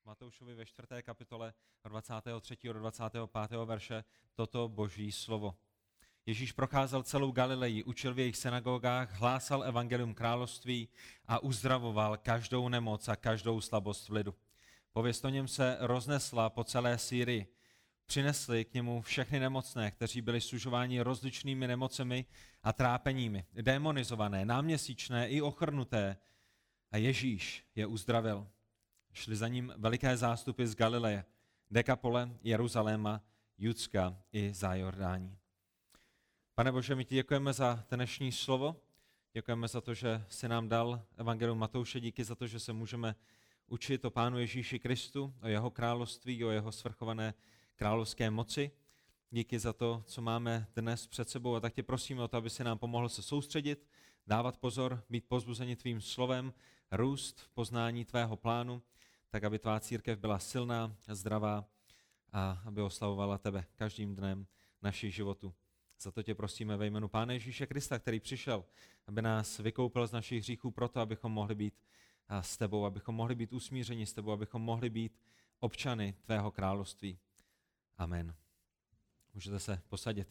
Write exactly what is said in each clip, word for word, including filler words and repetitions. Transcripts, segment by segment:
Matoušovi ve čtvrté kapitole dvacátého třetího do dvacátého pátého verše toto boží slovo. Ježíš procházel celou Galileji, učil v jejich synagogách, hlásal evangelium království a uzdravoval každou nemoc a každou slabost v lidu. Pověst o něm se roznesla po celé Sýrii. Přinesli k němu všechny nemocné, kteří byli sužováni rozličnými nemocemi a trápeními, démonizované, náměsíčné i ochrnuté, a Ježíš je uzdravil. Šli za ním veliké zástupy z Galileje, Dekapole, Jeruzaléma, Judska i Zájordání. Pane Bože, my ti děkujeme za dnešní slovo, děkujeme za to, že jsi nám dal evangelium Matouše, díky za to, že se můžeme učit o Pánu Ježíši Kristu, o jeho království, o jeho svrchované královské moci. Díky za to, co máme dnes před sebou, a tak tě prosíme o to, aby si nám pomohl se soustředit, dávat pozor, být povzbuzeni tvým slovem, růst v poznání tvého plánu, tak aby tvá církev byla silná, zdravá a aby oslavovala tebe každým dnem našich životů. Za to tě prosíme ve jménu Pána Ježíše Krista, který přišel, aby nás vykoupil z našich hříchů proto, abychom mohli být s tebou, abychom mohli být usmířeni s tebou, abychom mohli být občany tvého království. Amen. Můžete se posadit.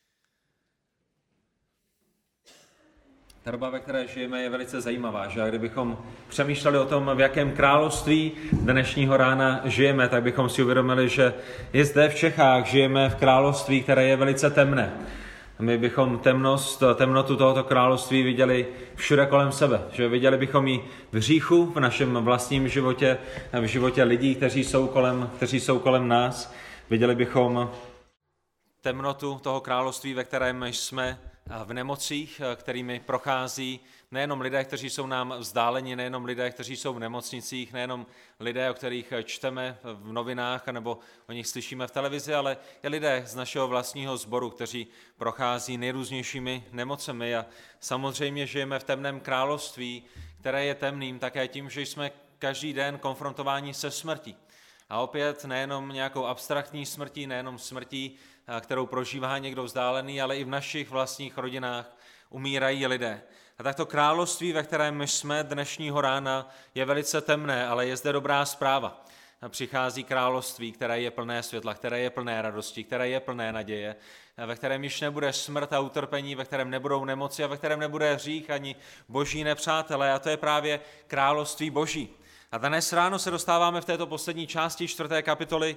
Ta doba, ve které žijeme, je velice zajímavá, že? A kdybychom přemýšleli o tom, v jakém království dnešního rána žijeme, tak bychom si uvědomili, že i zde v Čechách žijeme v království, které je velice temné. My bychom temnost, temnotu tohoto království viděli všude kolem sebe, že viděli bychom ji v hříchu, v našem vlastním životě, v životě lidí, kteří jsou kolem, kteří jsou kolem nás. Viděli bychom temnotu toho království, ve kterém jsme, v nemocích, kterými prochází nejenom lidé, kteří jsou nám vzdáleni, nejenom lidé, kteří jsou v nemocnicích, nejenom lidé, o kterých čteme v novinách nebo o nich slyšíme v televizi, ale i lidé z našeho vlastního sboru, kteří prochází nejrůznějšími nemocemi. A samozřejmě žijeme v temném království, které je temným také tím, že jsme každý den konfrontováni se smrtí. A opět nejenom nějakou abstraktní smrtí, nejenom smrtí, kterou prožívá někdo vzdálený, ale i v našich vlastních rodinách umírají lidé. A takto království, ve kterém jsme dnešního rána, je velice temné, ale je zde dobrá zpráva. Přichází království, které je plné světla, které je plné radosti, které je plné naděje, ve kterém již nebude smrt a utrpení, ve kterém nebudou nemoci a ve kterém nebude hřích ani boží nepřátelé. A to je právě království boží. A dnes ráno se dostáváme v této poslední části čtvrté kapitoly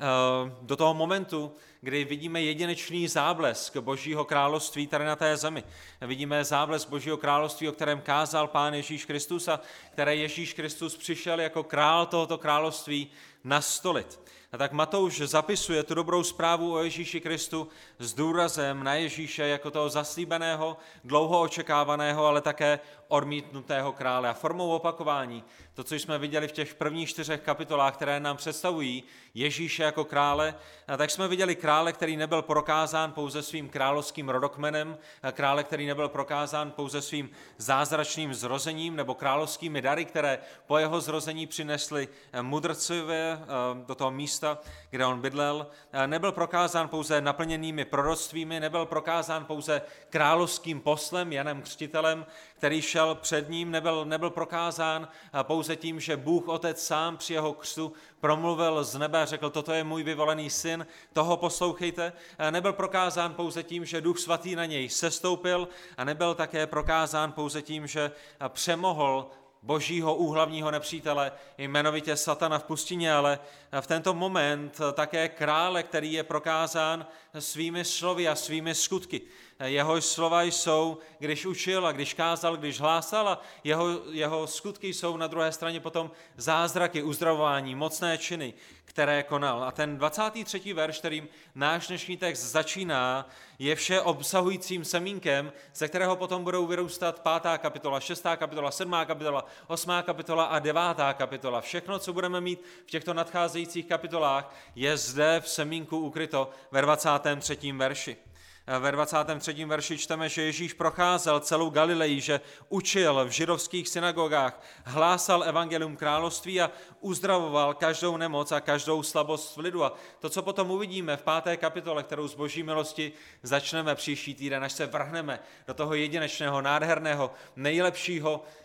do toho momentu, kdy vidíme jedinečný záblesk Božího království tady na té zemi. Vidíme záblesk Božího království, o kterém kázal Pán Ježíš Kristus a které Ježíš Kristus přišel jako král tohoto království nastolit. A tak Matouš zapisuje tu dobrou zprávu o Ježíši Kristu s důrazem na Ježíše jako toho zaslíbeného, dlouho očekávaného, ale také odmítnutého krále. A formou opakování, to, co jsme viděli v těch prvních čtyřech kapitolách, které nám představují Ježíše jako krále, tak jsme viděli krále, který nebyl prokázán pouze svým královským rodokmenem, krále, který nebyl prokázán pouze svým zázračným zrozením nebo královskými dary, které po jeho zrození přinesli mudrcové do toho místa, kde on bydlel. Nebyl prokázán pouze naplněnými proroctvími, nebyl prokázán pouze královským poslem Janem Křtitelem, který šel před ním, nebyl, nebyl prokázán pouze tím, že Bůh Otec sám při jeho křtu promluvil z nebe a řekl, toto je můj vyvolený syn, toho poslouchejte. Nebyl prokázán pouze tím, že Duch Svatý na něj sestoupil a nebyl také prokázán pouze tím, že přemohl Božího úhlavního nepřítele, jmenovitě Satana v pustině, ale v tento moment také krále, který je prokázán svými slovy a svými skutky. Jeho slova jsou, když učil a když kázal, když hlásal, a jeho, jeho skutky jsou na druhé straně potom zázraky, uzdravování, mocné činy, které konal. A ten dvacátý třetí verš, kterým náš dnešní text začíná, je vše obsahujícím semínkem, ze kterého potom budou vyrůstat pátá kapitola, šestá kapitola, sedmá kapitola, osmá kapitola a devátá kapitola. Všechno, co budeme mít v těchto nadcházejících kapitolách, je zde v semínku ukryto ve dvacátém třetím verši. Ve dvacátém třetím verši čteme, že Ježíš procházel celou Galileji, že učil v židovských synagogách, hlásal evangelium království a uzdravoval každou nemoc a každou slabost v lidu. A to, co potom uvidíme v páté kapitole, kterou z Boží milosti začneme příští týden, až se vrhneme do toho jedinečného, nádherného, nejlepšího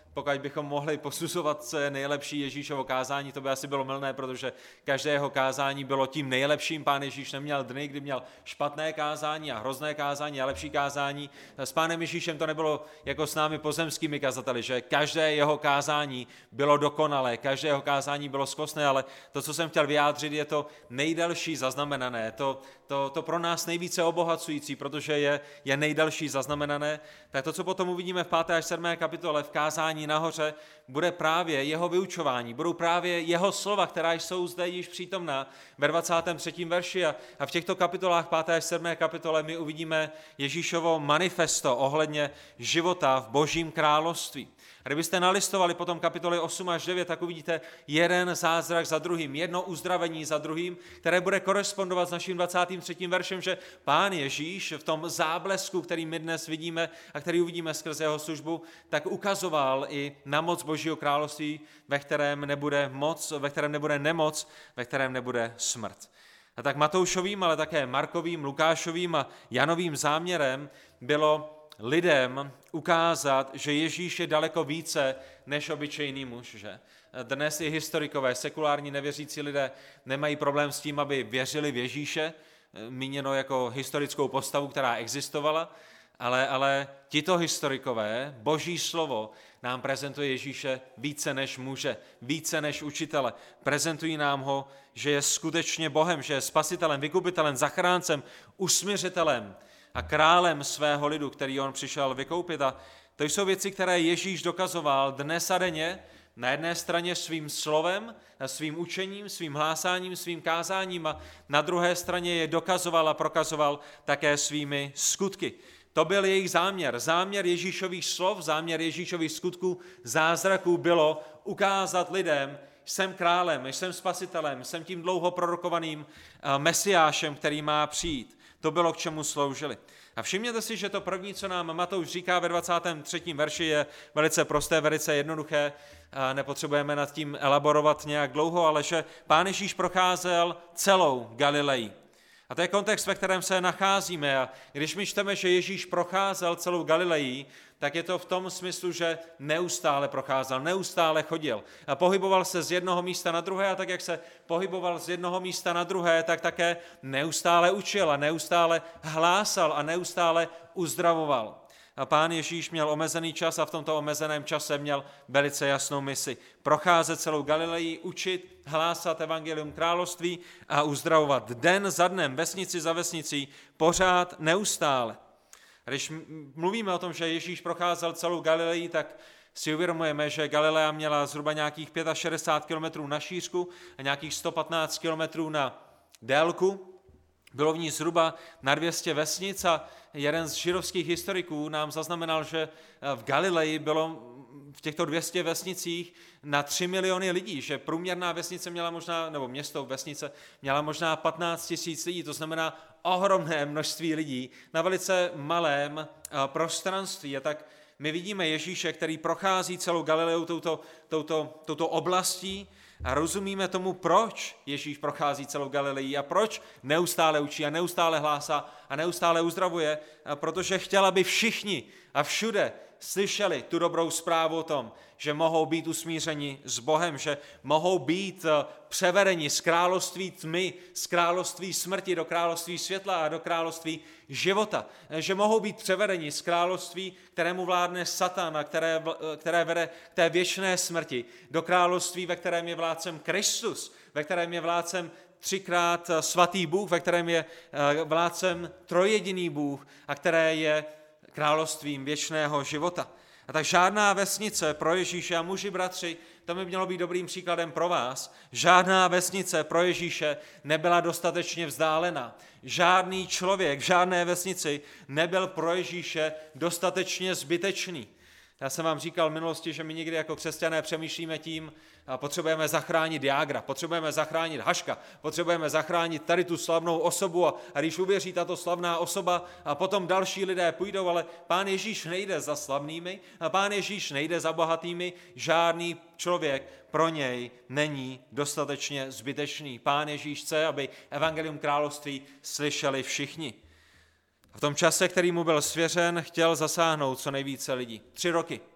pokud bychom mohli posuzovat, co je nejlepší Ježíšovo kázání, to by asi bylo mylné, protože každé jeho kázání bylo tím nejlepším. Pán Ježíš neměl dny, kdy měl špatné kázání a hrozné kázání a lepší kázání. S Pánem Ježíšem to nebylo jako s námi pozemskými kazateli, že každé jeho kázání bylo dokonalé, každé jeho kázání bylo skvostné, ale to, co jsem chtěl vyjádřit, je to nejdelší zaznamenané, to, to, to pro nás nejvíce obohacující, protože je, je nejdelší zaznamenané. Tak to, co potom uvidíme v páté až sedmé kapitole v kázání nahoře, bude právě jeho vyučování, budou právě jeho slova, která jsou zde již přítomná ve dvacátém třetím verši a, a v těchto kapitolách páté až sedmé kapitole my uvidíme Ježíšovo manifesto ohledně života v Božím království. A kdybyste nalistovali potom kapitoly osm až devět, tak uvidíte jeden zázrak za druhým, jedno uzdravení za druhým, které bude korespondovat s naším dvacátým třetím veršem, že Pán Ježíš v tom záblesku, který my dnes vidíme a který uvidíme skrze jeho službu, tak ukazoval i na moc Božího království, ve kterém nebude moc, ve kterém nebude nemoc, ve kterém nebude smrt. A tak Matoušovým, ale také Markovým, Lukášovým a Janovým záměrem bylo lidem ukázat, že Ježíš je daleko více než obyčejný muž. Že? Dnes i historikové, sekulární nevěřící lidé nemají problém s tím, aby věřili v Ježíše, míněno jako historickou postavu, která existovala, ale, ale tito historikové, Boží slovo nám prezentuje Ježíše více než muže, více než učitele. Prezentují nám ho, že je skutečně Bohem, že je spasitelem, vykupitelem, zachráncem, usmiřitelem a králem svého lidu, který on přišel vykoupit. A to jsou věci, které Ježíš dokazoval dnes a denně, na jedné straně svým slovem, svým učením, svým hlásáním, svým kázáním a na druhé straně je dokazoval a prokazoval také svými skutky. To byl jejich záměr. Záměr Ježíšových slov, záměr Ježíšových skutků, zázraků bylo ukázat lidem, jsem králem, jsem spasitelem, jsem tím dlouho prorokovaným mesiášem, který má přijít. To bylo, k čemu sloužili. A všimněte si, že to první, co nám Matouš říká ve dvacátém třetím verši, je velice prosté, velice jednoduché. A nepotřebujeme nad tím elaborovat nějak dlouho, ale že Pán Ježíš procházel celou Galileji. A to je kontext, ve kterém se nacházíme. A když my čteme, že Ježíš procházel celou Galileji, tak je to v tom smyslu, že neustále procházel, neustále chodil. A pohyboval se z jednoho místa na druhé a tak, jak se pohyboval z jednoho místa na druhé, tak také neustále učil a neustále hlásal a neustále uzdravoval. A Pán Ježíš měl omezený čas a v tomto omezeném čase měl velice jasnou misi. Procházet celou Galileji, učit, hlásat evangelium království a uzdravovat den za dnem, vesnici za vesnicí, pořád, neustále. A když mluvíme o tom, že Ježíš procházel celou Galileji, tak si uvědomujeme, že Galilea měla zhruba nějakých šedesát pět kilometrů na šířku a nějakých sto patnáct kilometrů na délku. Bylo v ní zhruba na dvě stě vesnic a jeden z židovských historiků nám zaznamenal, že v Galileji bylo v těchto dvou stech vesnicích na tři miliony lidí, že průměrná vesnice měla možná, nebo město, vesnice měla možná patnáct tisíc lidí, to znamená ohromné množství lidí na velice malém prostranství. A tak my vidíme Ježíše, který prochází celou Galileu touto, touto, touto oblastí a rozumíme tomu, proč Ježíš prochází celou Galileji a proč neustále učí a neustále hlásá a neustále uzdravuje, protože chtěl, aby všichni a všude slyšeli tu dobrou zprávu o tom, že mohou být usmířeni s Bohem, že mohou být převedeni z království tmy, z království smrti do království světla a do království života, že mohou být převedeni z království, kterému vládne Satan a které, které vede k té věčné smrti, do království, ve kterém je vládcem Kristus, ve kterém je vládcem třikrát svatý Bůh, ve kterém je vládcem trojjediný Bůh a které je královstvím věčného života. A tak žádná vesnice pro Ježíše a muži, bratři, to by mělo být dobrým příkladem pro vás, žádná vesnice pro Ježíše nebyla dostatečně vzdálená. Žádný člověk v žádné vesnici nebyl pro Ježíše dostatečně zbytečný. Já jsem vám říkal v minulosti, že my někdy jako křesťané přemýšlíme tím, a potřebujeme zachránit Jágra, potřebujeme zachránit Haška, potřebujeme zachránit tady tu slavnou osobu a, a když uvěří tato slavná osoba a potom další lidé půjdou, ale Pán Ježíš nejde za slavnými a Pán Ježíš nejde za bohatými, žádný člověk pro něj není dostatečně zbytečný. Pán Ježíš chce, aby evangelium království slyšeli všichni. V tom čase, který mu byl svěřen, chtěl zasáhnout co nejvíce lidí. Tři roky.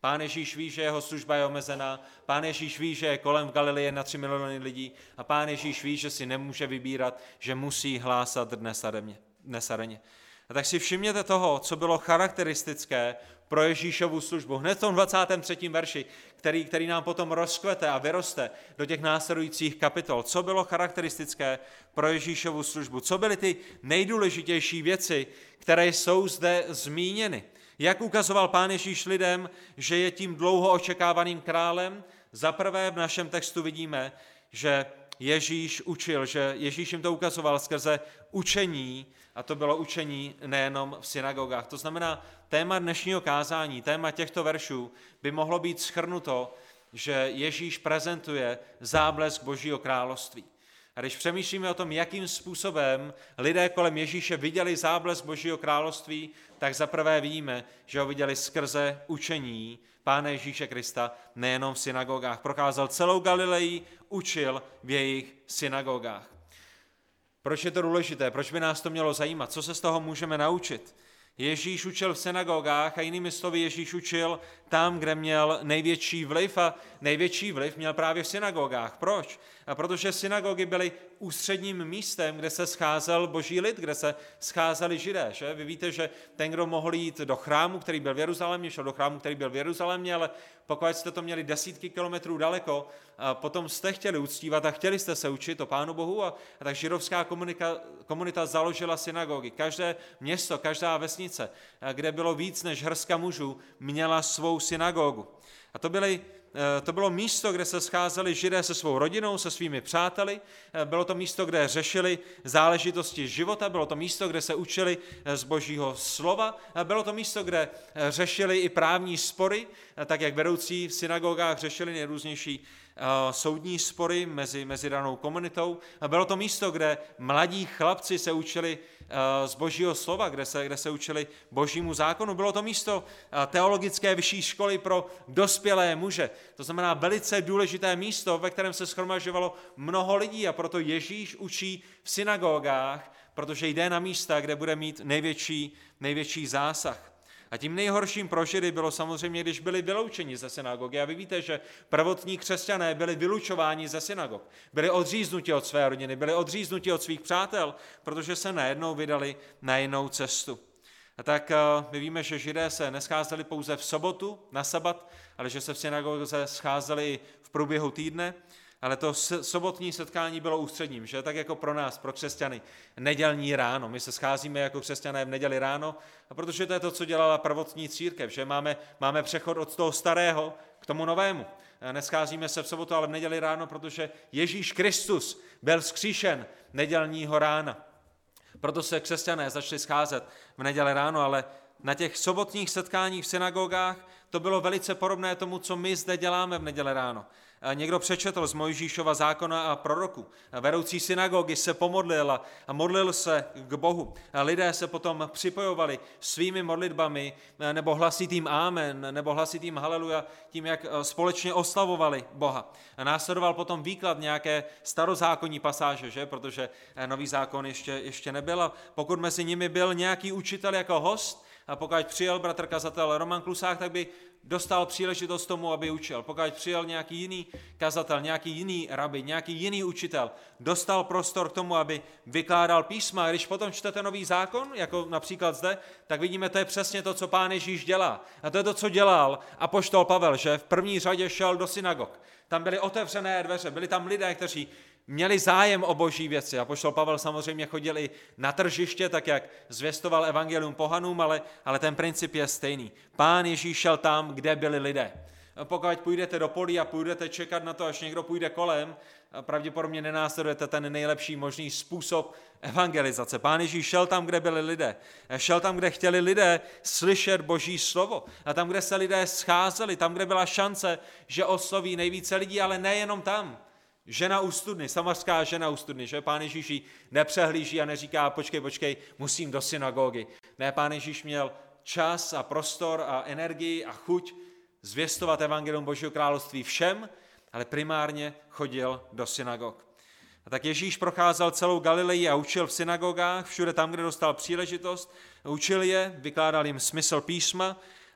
Pán Ježíš ví, že jeho služba je omezená, Pán Ježíš ví, že je kolem v Galileji na tři miliony lidí a Pán Ježíš ví, že si nemůže vybírat, že musí hlásat dnes a denně. Dnes a denně. A tak si všimněte toho, co bylo charakteristické pro Ježíšovu službu. Hned v tom dvacátém třetím verši, který, který nám potom rozkvete a vyroste do těch následujících kapitol. Co bylo charakteristické pro Ježíšovu službu? Co byly ty nejdůležitější věci, které jsou zde zmíněny? Jak ukazoval Pán Ježíš lidem, že je tím dlouho očekávaným králem? Za prvé v našem textu vidíme, že Ježíš učil, že Ježíš jim to ukazoval skrze učení, a to bylo učení nejenom v synagogách. To znamená, téma dnešního kázání, téma těchto veršů by mohlo být shrnuto, že Ježíš prezentuje záblesk Božího království. A když přemýšlíme o tom, jakým způsobem lidé kolem Ježíše viděli záblesk Božího království, tak zaprvé víme, že ho viděli skrze učení Pána Ježíše Krista, nejenom v synagogách. Procházel celou Galileji, učil v jejich synagogách. Proč je to důležité? Proč by nás to mělo zajímat? Co se z toho můžeme naučit? Ježíš učil v synagogách a jinými slovy Ježíš učil tam, kde měl největší vliv a největší vliv měl právě v synagogách. Proč? A protože synagogy byly ústředním místem, kde se scházel boží lid, kde se scházeli Židé. Že? Vy víte, že ten, kdo mohl jít do chrámu, který byl v Jeruzalémě, šel do chrámu, který byl v Jeruzalémě, ale pokud jste to měli desítky kilometrů daleko, a potom jste chtěli uctívat a chtěli jste se učit o Pánu Bohu, a, a tak židovská komunika, komunita založila synagogy. Každé město, každá vesnice, kde bylo víc než hrska mužů, měla svou synagogu. A to, byly, to bylo místo, kde se scházeli Židé se svou rodinou, se svými přáteli. Bylo to místo, kde řešili záležitosti života. Bylo to místo, kde se učili z Božího slova. Bylo to místo, kde řešili i právní spory, tak jak vedoucí v synagogách řešili nejrůznější soudní spory mezi, mezi danou komunitou. Bylo to místo, kde mladí chlapci se učili z Božího slova, kde se, kde se učili Božímu zákonu. Bylo to místo teologické vyšší školy pro dospělé muže. To znamená velice důležité místo, ve kterém se shromažďovalo mnoho lidí a proto Ježíš učí v synagogách, protože jde na místa, kde bude mít největší, největší zásah. A tím nejhorším pro Židy bylo samozřejmě, když byli vyloučeni ze synagogy. A vy víte, že prvotní křesťané byli vylučováni ze synagog. Byli odříznuti od své rodiny, byli odříznuti od svých přátel, protože se najednou vydali na jinou cestu. A tak my víme, že Židé se nescházeli pouze v sobotu na sabat, ale že se v synagoze scházeli i v průběhu týdne. Ale to sobotní setkání bylo ústředním, že? Tak jako pro nás, pro křesťany, nedělní ráno. My se scházíme jako křesťané v neděli ráno, a protože to je to, co dělala prvotní církev, že máme, máme přechod od toho starého k tomu novému. Nescházíme se v sobotu, ale v neděli ráno, protože Ježíš Kristus byl vzkříšen nedělního rána. Proto se křesťané začali scházet v neděli ráno, ale na těch sobotních setkáních v synagogách to bylo velice podobné tomu, co my zde děláme v neděli ráno. Někdo přečetl z Mojžíšova zákona a proroku. Vedoucí synagogy se pomodlil a modlil se k Bohu. Lidé se potom připojovali svými modlitbami nebo hlasitým ámen, nebo hlasitým haleluja, tím, jak společně oslavovali Boha. A následoval potom výklad nějaké starozákonní pasáže, že? Protože nový zákon ještě, ještě nebyl. A pokud mezi nimi byl nějaký učitel jako host, a pokud přijel bratr kazatel Roman Klusák, tak by dostal příležitost tomu, aby učil. Pokud přijel nějaký jiný kazatel, nějaký jiný rabi, nějaký jiný učitel, dostal prostor k tomu, aby vykládal písma. A když potom čtete nový zákon, jako například zde, tak vidíme, to je přesně to, co Pán Ježíš dělá. A to je to, co dělal apoštol Pavel, že v první řadě šel do synagog. Tam byly otevřené dveře, byli tam lidé, kteří měli zájem o boží věci. Apoštol Pavel samozřejmě chodil i na tržiště, tak jak zvěstoval evangelium pohanům, ale, ale ten princip je stejný. Pán Ježíš šel tam, kde byli lidé. Pokud půjdete do polí a půjdete čekat na to, až někdo půjde kolem, pravděpodobně nenásledujete ten nejlepší možný způsob evangelizace. Pán Ježíš šel tam, kde byli lidé. Šel tam, kde chtěli lidé slyšet boží slovo. A tam, kde se lidé scházeli, tam, kde byla šance, že osloví nejvíce lidí, ale nejenom tam. Žena u studny, samařská žena u studny, že Pán Ježíš ji nepřehlíží a neříká, počkej, počkej, musím do synagogy. Ne, Pán Ježíš měl čas a prostor a energii a chuť zvěstovat evangelium Božího království všem, ale primárně chodil do synagog. A tak Ježíš procházel celou Galileji a učil v synagogách, všude tam, kde dostal příležitost, učil je, vykládal jim smysl písma. A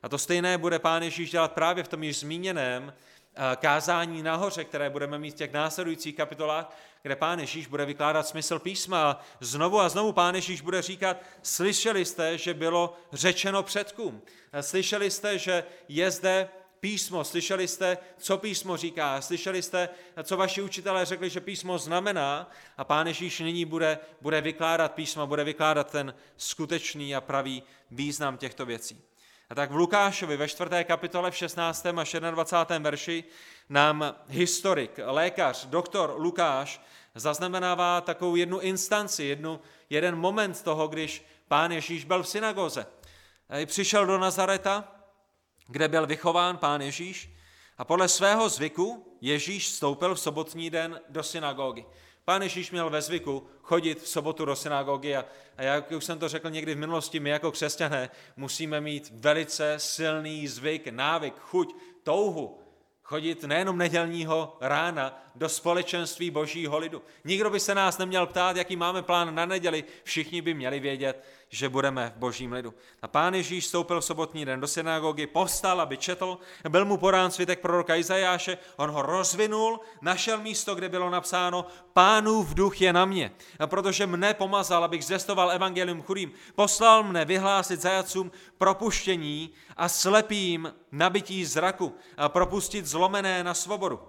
A to stejné bude Pán Ježíš dělat právě v tom již zmíněném kázání nahoře, které budeme mít v těch následujících kapitolách, kde Pán Ježíš bude vykládat smysl písma a znovu a znovu Pán Ježíš bude říkat, slyšeli jste, že bylo řečeno předkům, slyšeli jste, že je zde písmo, slyšeli jste, co písmo říká, slyšeli jste, co vaši učitelé řekli, že písmo znamená a Pán Ježíš nyní bude, bude vykládat písmo, bude vykládat ten skutečný a pravý význam těchto věcí. A tak v Lukášovi ve čtvrté kapitole v šestnáctém až dvacátém prvním verši nám historik, lékař, doktor Lukáš zaznamenává takovou jednu instanci, jednu, jeden moment toho, když Pán Ježíš byl v synagoze. Přišel do Nazareta, kde byl vychován Pán Ježíš a podle svého zvyku Ježíš vstoupil v sobotní den do synagogy. Pán Ježíš měl ve zvyku chodit v sobotu do synagogy a, a jak už jsem to řekl někdy v minulosti, my jako křesťané musíme mít velice silný zvyk, návyk, chuť, touhu chodit nejenom nedělního rána do společenství božího lidu. Nikdo by se nás neměl ptát, jaký máme plán na neděli, všichni by měli vědět, že budeme v božím lidu. A Pán Ježíš vstoupil v sobotní den do synagogy, povstal, aby četl, byl mu podán svitek proroka Izajáše, on ho rozvinul, našel místo, kde bylo napsáno, Pánův duch je na mě, a protože mne pomazal, abych zvěstoval evangelium chudým, poslal mne vyhlásit zajatcům propuštění a slepým nabití zraku a propustit zlomené na svobodu.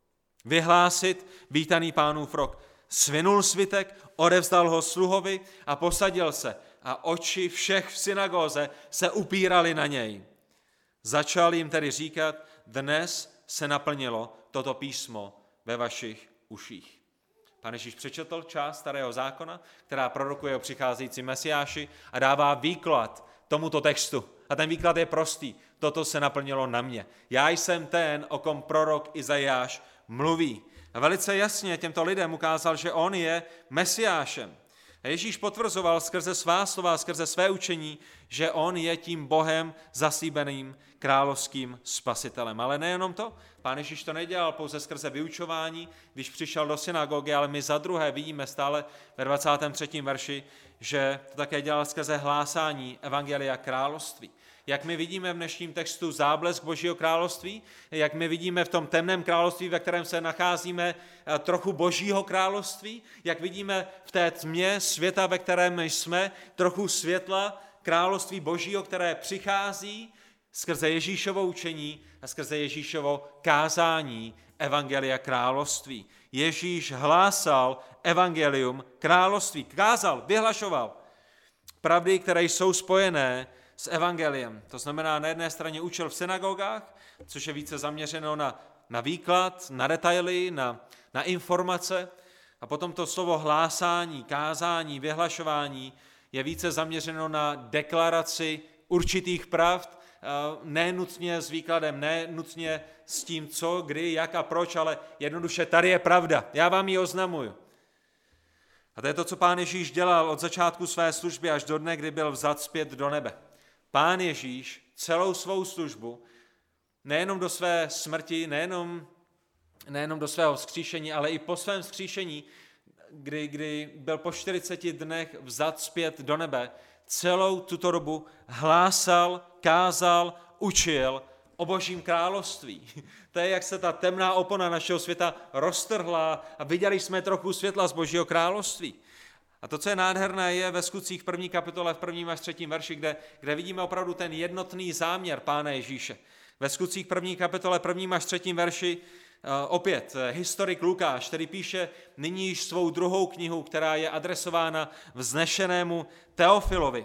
Vyhlásit vítaný Pánův rok. Svinul svitek, odevzdal ho sluhovi a posadil se a oči všech v synagóze se upírali na něj. Začal jim tedy říkat, dnes se naplnilo toto písmo ve vašich uších. Pán Ježíš přečetl část starého zákona, která prorokuje o přicházejícím Mesiáši a dává výklad tomuto textu. A ten výklad je prostý. Toto se naplnilo na mě. Já jsem ten, o kom prorok Izajáš mluví. A velice jasně těmto lidem ukázal, že on je Mesiášem. A Ježíš potvrzoval skrze svá slova, skrze své učení, že on je tím Bohem zaslíbeným královským spasitelem. Ale nejenom to, Pán Ježíš to nedělal pouze skrze vyučování, když přišel do synagogy, ale my za druhé vidíme stále ve dvacátém třetím verši, že to také dělal skrze hlásání evangelia království. Jak my vidíme v dnešním textu záblesk Božího království, jak my vidíme v tom temném království, ve kterém se nacházíme, trochu Božího království, jak vidíme v té tmě světa, ve kterém jsme, trochu světla království Božího, které přichází skrze Ježíšovo učení a skrze Ježíšovo kázání evangelia království. Ježíš hlásal evangelium království, kázal, vyhlašoval pravdy, které jsou spojené s evangeliem. To znamená, na jedné straně učil v synagogách, což je více zaměřeno na, na výklad, na detaily, na, na informace. A potom to slovo hlásání, kázání, vyhlašování je více zaměřeno na deklaraci určitých pravd, ne nutně s výkladem, ne nutně s tím, co, kdy, jak a proč, ale jednoduše tady je pravda. Já vám ji oznamuju. A to je to, co Pán Ježíš dělal od začátku své služby až do dne, kdy byl vzat zpět do nebe. Pán Ježíš celou svou službu, nejenom do své smrti, nejenom, nejenom do svého vzkříšení, ale i po svém vzkříšení, kdy, kdy byl po čtyřiceti dnech vzat zpět do nebe, celou tuto dobu hlásal, kázal, učil o Božím království. To je, jak se ta temná opona našeho světa roztrhla a viděli jsme trochu světla z Božího království. A to, co je nádherné, je ve Skutcích první kapitole v prvním až třetím verši, kde, kde vidíme opravdu ten jednotný záměr Pána Ježíše. Ve Skutcích první kapitole prvním až třetím verši opět historik Lukáš, který píše nyní již svou druhou knihu, která je adresována vznešenému Teofilovi.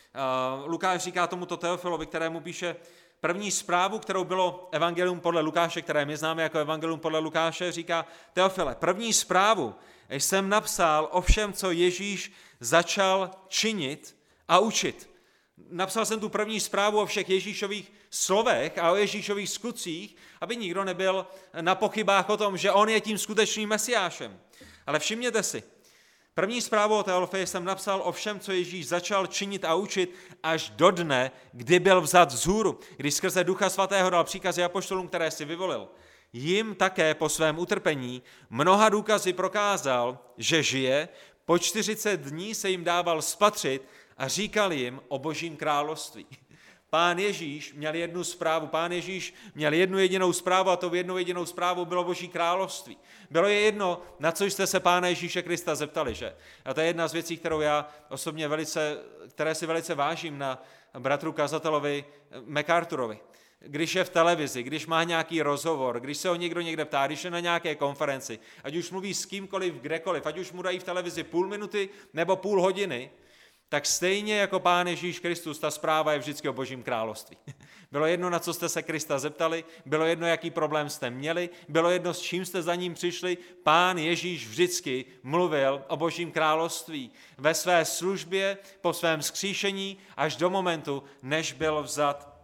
Lukáš říká tomuto Teofilovi, kterému píše první zprávu, kterou bylo evangelium podle Lukáše, které my známe jako evangelium podle Lukáše, říká Teofile, první zprávu jsem napsal o všem, co Ježíš začal činit a učit. Napsal jsem tu první zprávu o všech Ježíšových slovech a o Ježíšových skutcích, aby nikdo nebyl na pochybách o tom, že on je tím skutečným Mesiášem. Ale všimněte si, první zprávu o Teofile jsem napsal o všem, co Ježíš začal činit a učit až do dne, kdy byl vzat vzhůru, když skrze Ducha Svatého dal příkazy apoštolům, které si vyvolil. Jim také po svém utrpení mnoha důkazy prokázal, že žije, po čtyřicet dní se jim dával spatřit a říkal jim o Božím království. Pán Ježíš měl jednu zprávu, Pán Ježíš měl jednu jedinou zprávu a tou jednou jedinou zprávu bylo Boží království. Bylo je jedno, na co jste se Pána Ježíše Krista zeptali, že? A to je jedna z věcí, kterou já osobně velice, které si velice vážím na bratru kazatelovi MacArthurovi. Když je v televizi, když má nějaký rozhovor, když se ho někdo někde ptá, když je na nějaké konferenci, ať už mluví s kýmkoliv, kdekoliv, ať už mu dají v televizi půl minuty nebo půl hodiny, tak stejně jako Pán Ježíš Kristus, ta zpráva je vždycky o Božím království. Bylo jedno, na co jste se Krista zeptali, bylo jedno, jaký problém jste měli, bylo jedno, s čím jste za ním přišli, Pán Ježíš vždycky mluvil o Božím království ve své službě, po svém vzkříšení, až do momentu, než byl vzat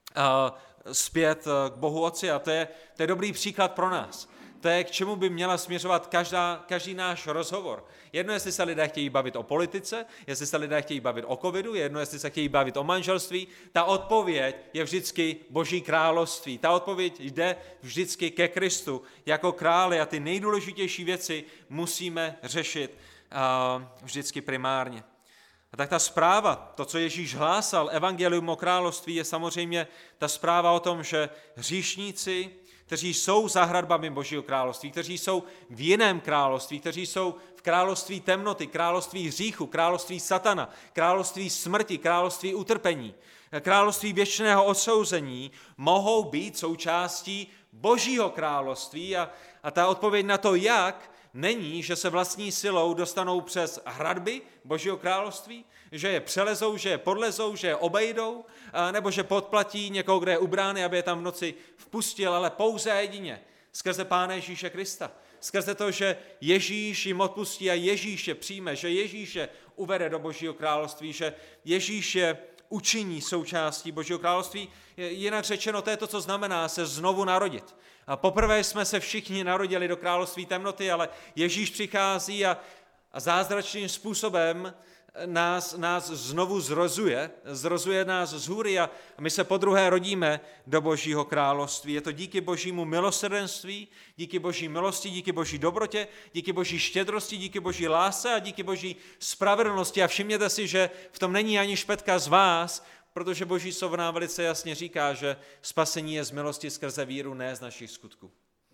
uh, zpět k Bohu Otci. A to je, to je dobrý příklad pro nás. To je, k čemu by měla směřovat každá, každý náš rozhovor. Jedno, jestli se lidé chtějí bavit o politice, jestli se lidé chtějí bavit o covidu, jedno, jestli se chtějí bavit o manželství, ta odpověď je vždycky Boží království. Ta odpověď jde vždycky ke Kristu jako králi a ty nejdůležitější věci musíme řešit uh, vždycky primárně. A tak ta zpráva, to, co Ježíš hlásal, evangelium o království, je samozřejmě ta zpráva o tom, že hříšníci, kteří jsou za hradbami Božího království, kteří jsou v jiném království, kteří jsou v království temnoty, království hříchu, království satana, království smrti, království utrpení, království věčného odsouzení, mohou být součástí Božího království a, a ta odpověď na to, jak, není, že se vlastní silou dostanou přes hradby Božího království, že je přelezou, že je podlezou, že je obejdou, nebo že podplatí někoho, kdo je u brány, aby je tam v noci vpustil, ale pouze jedině skrze Pána Ježíše Krista. Skrze to, že Ježíš jim odpustí a Ježíš je přijme, že Ježíš je uvede do Božího království, že Ježíš je učiní součástí Božího království. Jinak řečeno, to je to, co znamená se znovu narodit. A poprvé jsme se všichni narodili do království temnoty, ale Ježíš přichází a, a zázračným způsobem nás, nás znovu zrozuje, zrozuje nás z hůry a my se podruhé rodíme do Božího království. Je to díky Božímu milosrdenství, díky Boží milosti, díky Boží dobrotě, díky Boží štědrosti, díky Boží lásce a díky Boží spravedlnosti. A všimněte si, že v tom není ani špetka z vás, protože Boží slovo nám velice jasně říká, že spasení je z milosti skrze víru, ne z našich skutků.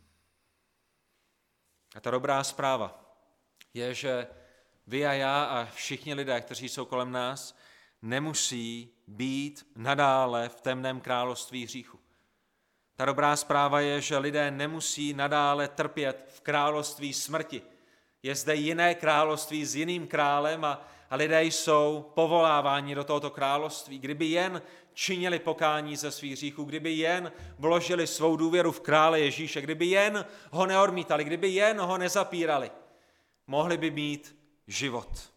A ta dobrá zpráva je, že vy a já a všichni lidé, kteří jsou kolem nás, nemusí být nadále v temném království hříchu. Ta dobrá zpráva je, že lidé nemusí nadále trpět v království smrti. Je zde jiné království s jiným králem a, a lidé jsou povoláváni do tohoto království. Kdyby jen činili pokání ze svých hříchů, kdyby jen vložili svou důvěru v krále Ježíše, kdyby jen ho neodmítali, kdyby jen ho nezapírali, mohli by mít život.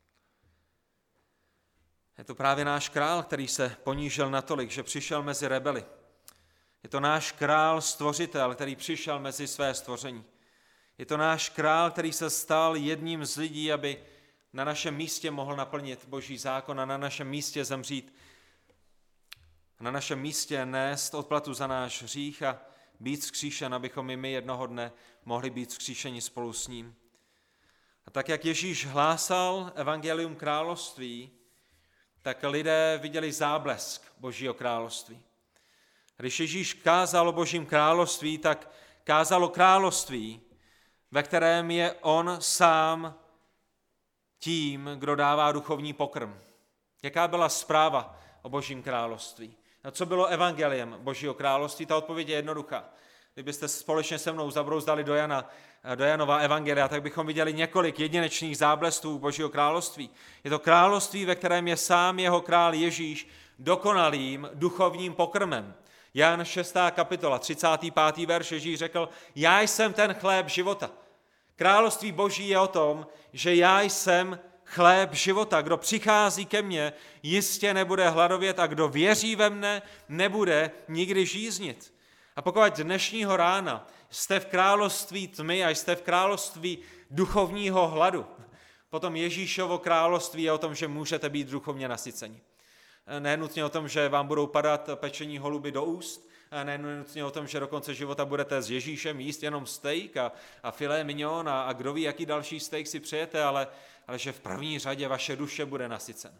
Je to právě náš král, který se ponížil natolik, že přišel mezi rebely. Je to náš král, stvořitel, který přišel mezi své stvoření. Je to náš král, který se stal jedním z lidí, aby na našem místě mohl naplnit Boží zákon a na našem místě zemřít. Na našem místě nést odplatu za náš hřích a být vzkříšen, abychom i my jednoho dne mohli být vzkříšeni spolu s ním. A tak, jak Ježíš hlásal evangelium království, tak lidé viděli záblesk Božího království. Když Ježíš kázal o Božím království, tak kázal o království, ve kterém je on sám tím, kdo dává duchovní pokrm. Jaká byla zpráva o Božím království? A co bylo evangeliem Božího království? Ta odpověď je jednoduchá. Kdybyste společně se mnou zabrouzdali do Jana, do Janova evangelia, tak bychom viděli několik jedinečných záblesků Božího království. Je to království, ve kterém je sám jeho král Ježíš dokonalým duchovním pokrmem. Jan šestá kapitola, třicátý pátý verš, Ježíš řekl, já jsem ten chléb života. Království Boží je o tom, že já jsem chléb života. Kdo přichází ke mně, jistě nebude hladovět a kdo věří ve mne, nebude nikdy žíznit. A pokud dnešního rána jste v království tmy a jste v království duchovního hladu, potom Ježíšovo království je o tom, že můžete být duchovně nasyceni. Ne nutně o tom, že vám budou padat pečení holuby do úst, ne nutně o tom, že do konce života budete s Ježíšem jíst jenom steak a, a filé mignon a, a kdo ví, jaký další steak si přejete, ale, ale že v první řadě vaše duše bude nasycena.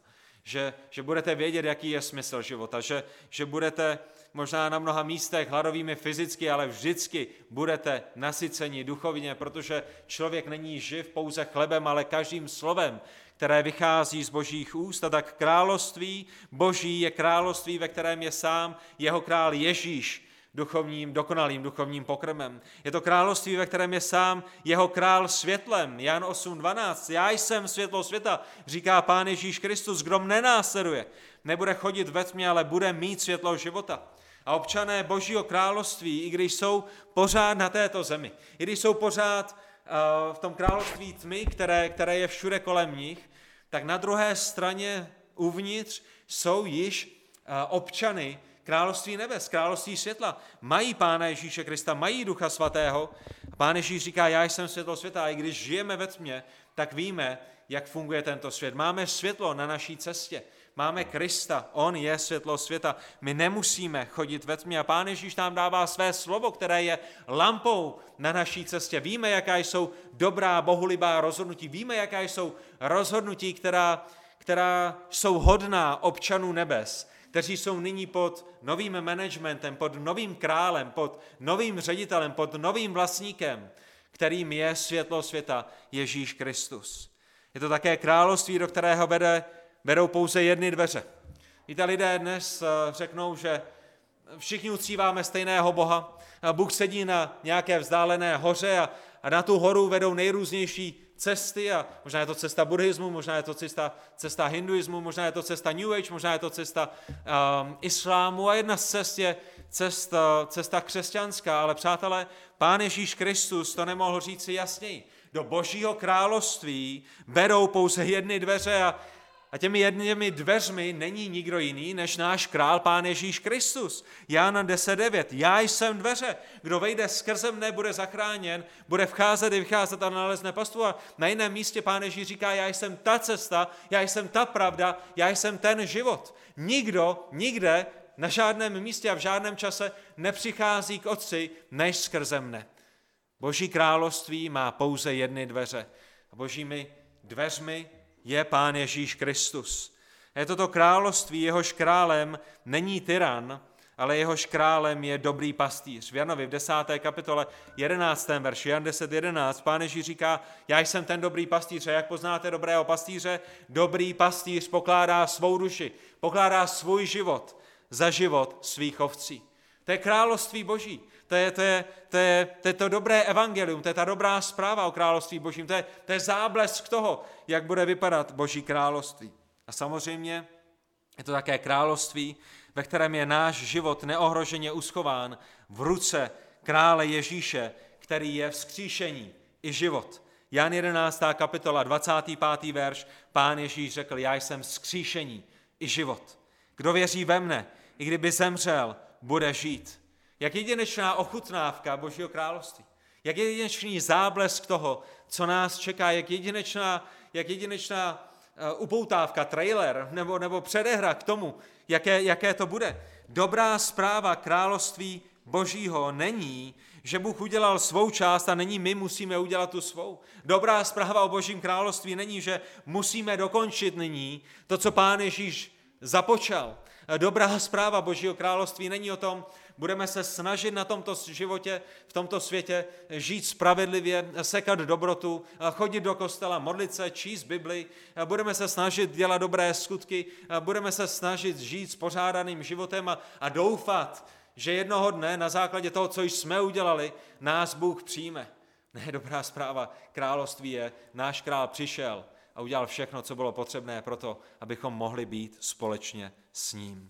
že, že budete vědět, jaký je smysl života, že, že budete možná na mnoha místech hladovými fyzicky, ale vždycky budete nasyceni duchovně, protože člověk není živ pouze chlebem, ale každým slovem, které vychází z božích úst. A tak království boží je království, ve kterém je sám jeho král Ježíš, duchovním, dokonalým duchovním pokrmem. Je to království, ve kterém je sám jeho král světlem. Jan osm dvanáct. Já jsem světlo světa, říká Pán Ježíš Kristus. Kdo mne následuje, nebude chodit ve tmě, ale bude mít světlo života. A občané božího království, i když jsou pořád na této zemi, i když jsou pořád uh, v tom království tmy, které, které je všude kolem nich, tak na druhé straně uvnitř jsou již uh, občany království nebes, království světla. Mají Pána Ježíše Krista, mají Ducha Svatého. Pán Ježíš říká, já jsem světlo světa, a i když žijeme ve tmě, tak víme, jak funguje tento svět. Máme světlo na naší cestě. Máme Krista, on je světlo světa. My nemusíme chodit ve tmě a Pán Ježíš nám dává své slovo, které je lampou na naší cestě. Víme, jaká jsou dobrá, bohulibá rozhodnutí. Víme, jaká jsou rozhodnutí, která, která jsou hodná občanů nebes, kteří jsou nyní pod novým managementem, pod novým králem, pod novým ředitelem, pod novým vlastníkem, kterým je světlo světa Ježíš Kristus. Je to také království, do kterého vede, vedou pouze jedny dveře. Víte, lidé dnes řeknou, že všichni uctíváme stejného Boha. Bůh sedí na nějaké vzdálené hoře a, a na tu horu vedou nejrůznější cesty a možná je to cesta buddhismu, možná je to cesta, cesta hinduismu, možná je to cesta New Age, možná je to cesta um, islámu a jedna z cest je cesta, cesta křesťanská, ale přátelé, Pán Ježíš Kristus to nemohl říci jasněji. Do božího království vedou pouze jedny dveře a A těmi jedněmi dveřmi není nikdo jiný, než náš král Pán Ježíš Kristus. Jan deset devět. Já jsem dveře. Kdo vejde skrze mne, bude zachráněn, bude vcházet i vycházet a nalezne pastvu. A na jiném místě Pán Ježíš říká, já jsem ta cesta, já jsem ta pravda, já jsem ten život. Nikdo, nikde, na žádném místě a v žádném čase nepřichází k Otci, než skrze mne. Boží království má pouze jedny dveře. A božími dveřmi je Pán Ježíš Kristus. Je toto království, jehož králem není tyran, ale jehož králem je dobrý pastýř. V Janovi v desáté kapitole jedenáctém verši, Jan deset jedenáct, Pán Ježíš říká, já jsem ten dobrý pastýř. A jak poznáte dobrého pastýře? Dobrý pastýř pokládá svou duši, pokládá svůj život za život svých ovcí. To je království boží. To je to, je, to, je, to je to dobré evangelium, to je ta dobrá zpráva o království božím, to je, to je záblesk toho, jak bude vypadat boží království. A samozřejmě je to také království, ve kterém je náš život neohroženě uschován v ruce krále Ježíše, který je vzkříšení i život. Jan jedenáctá kapitola, dvacátý pátý verš, Pán Ježíš řekl, já jsem vzkříšení i život. Kdo věří ve mne, i kdyby zemřel, bude žít. Jak jedinečná ochutnávka Božího království. Jak jedinečný záblesk toho, co nás čeká. Jak jedinečná, jak jedinečná uh, upoutávka, trailer nebo, nebo předehra k tomu, jaké, jaké to bude. Dobrá zpráva království Božího není, že Bůh udělal svou část a není my musíme udělat tu svou. Dobrá zpráva o Božím království není, že musíme dokončit nyní to, co Pán Ježíš započal. Dobrá zpráva Božího království není o tom, budeme se snažit na tomto životě, v tomto světě žít spravedlivě, sekat dobrotu, chodit do kostela, modlit se, číst Bibli, budeme se snažit dělat dobré skutky, budeme se snažit žít spořádaným životem a, a doufat, že jednoho dne na základě toho, co jsme udělali, nás Bůh přijme. Ne, dobrá zpráva království je, náš král přišel a udělal všechno, co bylo potřebné pro to, abychom mohli být společně s ním.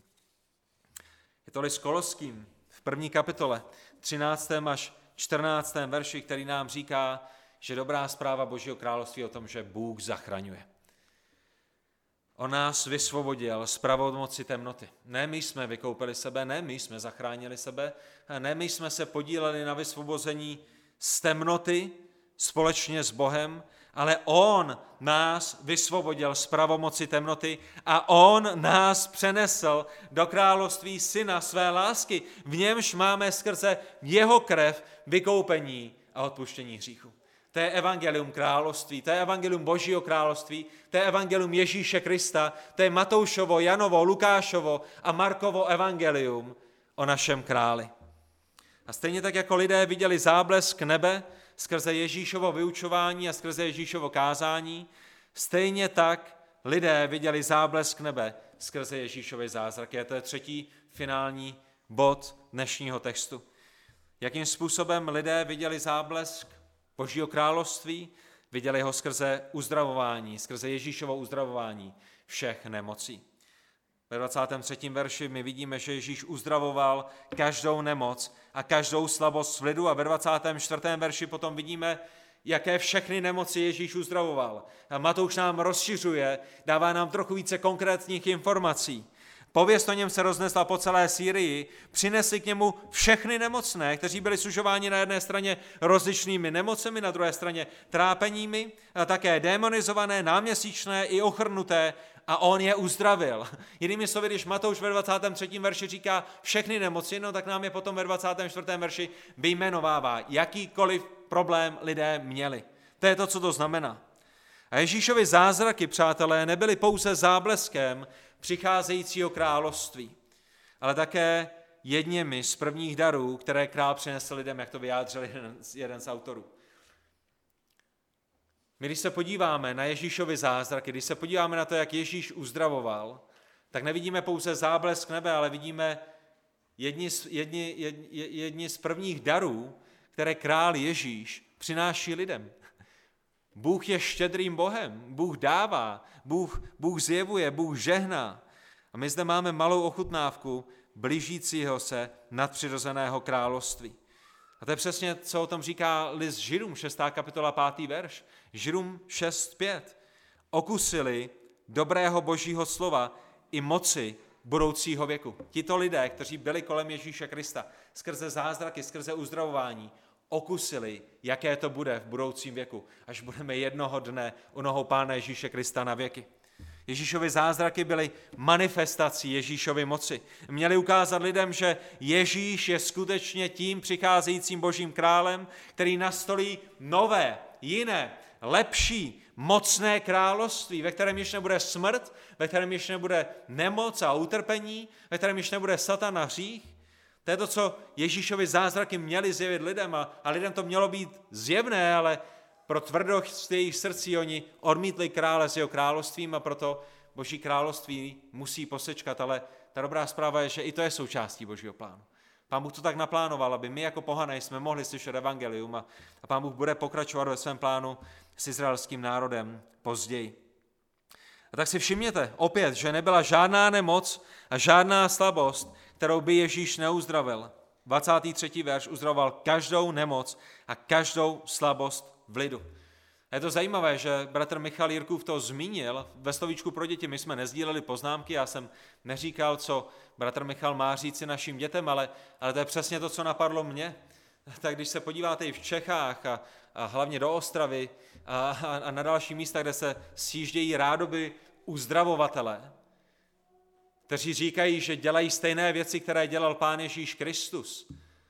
Je to list Koloským v první kapitole, třináctém až čtrnáctém verši, který nám říká, že dobrá zpráva Božího království je o tom, že Bůh zachraňuje. On nás vysvobodil z pravomoci temnoty. Ne my jsme vykoupili sebe, ne my jsme zachránili sebe, ne my jsme se podíleli na vysvobození z temnoty společně s Bohem, ale on nás vysvobodil z pravomoci temnoty a on nás přenesl do království syna své lásky. V němž máme skrze jeho krev vykoupení a odpuštění hříchu. To je evangelium království, to je evangelium Božího království, to je evangelium Ježíše Krista, to je Matoušovo, Janovo, Lukášovo a Markovo evangelium o našem králi. A stejně tak, jako lidé viděli záblesk nebe skrze Ježíšovo vyučování a skrze Ježíšovo kázání, stejně tak lidé viděli záblesk nebe skrze Ježíšovy zázraky. A to je třetí finální bod dnešního textu. Jakým způsobem lidé viděli záblesk Božího království? Viděli ho skrze uzdravování, skrze Ježíšovo uzdravování všech nemocí. Ve dvacátém třetím verši my vidíme, že Ježíš uzdravoval každou nemoc a každou slabost v lidu a ve dvacátém čtvrtém verši potom vidíme, jaké všechny nemoci Ježíš uzdravoval. A Matouš nám rozšiřuje, dává nám trochu více konkrétních informací. Pověst o něm se roznesla po celé Sýrii, přinesli k němu všechny nemocné, kteří byli sužováni na jedné straně rozličnými nemocemi, na druhé straně trápeními, a také démonizované, náměsíčné i ochrnuté, a on je uzdravil. Jinými slovy, když Matouš ve dvacátém třetím verši říká všechny nemoci, no tak nám je potom ve dvacátém čtvrtém verši vyjmenovává, jakýkoliv problém lidé měli. To je to, co to znamená. A Ježíšovi zázraky, přátelé, nebyly pouze zábleskem přicházejícího království, ale také jedněmi z prvních darů, které král přinesl lidem, jak to vyjádřil jeden, jeden z autorů. My, když se podíváme na Ježíšovi zázraky, když se podíváme na to, jak Ježíš uzdravoval, tak nevidíme pouze záblesk nebe, ale vidíme jedni z, jedni, jedni, jedni z prvních darů, které král Ježíš přináší lidem. Bůh je štědrým Bohem, Bůh dává, Bůh, Bůh zjevuje, Bůh žehná. A my zde máme malou ochutnávku blížícího se nadpřirozeného království. A to je přesně, co o tom říká list Židům, šestá kapitola, pátý verš. Židům šest pět. Okusili dobrého Božího slova i moci budoucího věku. Tito lidé, kteří byli kolem Ježíše Krista, skrze zázraky, skrze uzdravování, okusili, jaké to bude v budoucím věku, až budeme jednoho dne u nohou Pána Ježíše Krista na věky. Ježíšovy zázraky byly manifestací Ježíšovy moci. Měli ukázat lidem, že Ježíš je skutečně tím přicházejícím Božím králem, který nastolí nové, jiné, lepší, mocné království, ve kterém již nebude smrt, ve kterém již nebude nemoc a utrpení, ve kterém již nebude satan a hřích. To je to, co Ježíšovi zázraky měli zjevit lidem a, a lidem to mělo být zjevné, ale pro tvrdost jejich srdcí oni odmítli krále s jeho královstvím a proto Boží království musí posečkat, ale ta dobrá zpráva je, že i to je součástí Božího plánu. Pán Bůh to tak naplánoval, aby my jako pohané jsme mohli slyšet evangelium a, a Pán Bůh bude pokračovat ve svém plánu s izraelským národem později. A tak si všimněte opět, že nebyla žádná nemoc a žádná slabost, kterou by Ježíš neuzdravil. dvacátý třetí verš uzdravoval každou nemoc a každou slabost v lidu. A je to zajímavé, že bratr Michal Jirkův to zmínil ve slovíčku pro děti. My jsme nezdíleli poznámky, já jsem neříkal, co bratr Michal má říci našim dětem, ale, ale to je přesně to, co napadlo mě. Tak když se podíváte i v Čechách a, a hlavně do Ostravy a, a, a na další místa, kde se sjíždějí rádoby uzdravovatelé, kteří říkají, že dělají stejné věci, které dělal Pán Ježíš Kristus.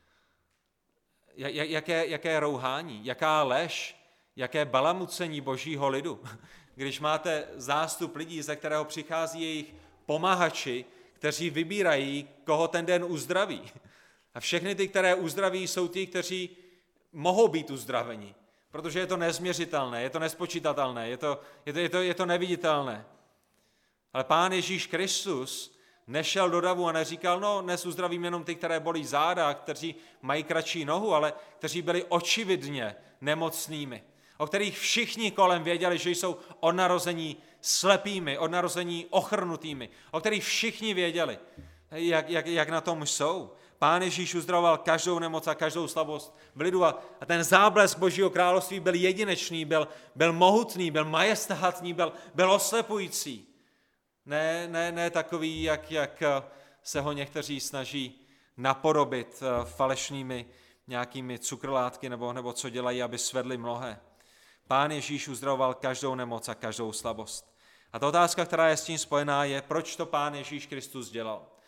Jaké, jaké rouhání, jaká lež, jaké balamucení Božího lidu. Když máte zástup lidí, ze kterého přichází jejich pomahači, kteří vybírají, koho ten den uzdraví. A všechny ty, které uzdraví, jsou ti, kteří mohou být uzdraveni, protože je to nezměřitelné, je to nespočítatelné, je to, je to, je to, je to neviditelné. Ale Pán Ježíš Kristus nešel do davu a neříkal, no dnes uzdravím jenom ty, které bolí záda, kteří mají kratší nohu, ale kteří byli očividně nemocnými, o kterých všichni kolem věděli, že jsou od narození slepými, od narození ochrnutými, o kterých všichni věděli, jak, jak, jak na tom jsou. Pán Ježíš uzdravoval každou nemoc a každou slabost v lidu a, a ten záblesk Božího království byl jedinečný, byl, byl mohutný, byl majestátní, byl, byl oslepující. Ne, ne, ne takový, jak, jak se ho někteří snaží napodobit falešnými nějakými cukrlátky nebo, nebo co dělají, aby svedli mnohé. Pán Ježíš uzdravoval každou nemoc a každou slabost. A ta otázka, která je s tím spojená, je, proč to Pán Ježíš Kristus dělal.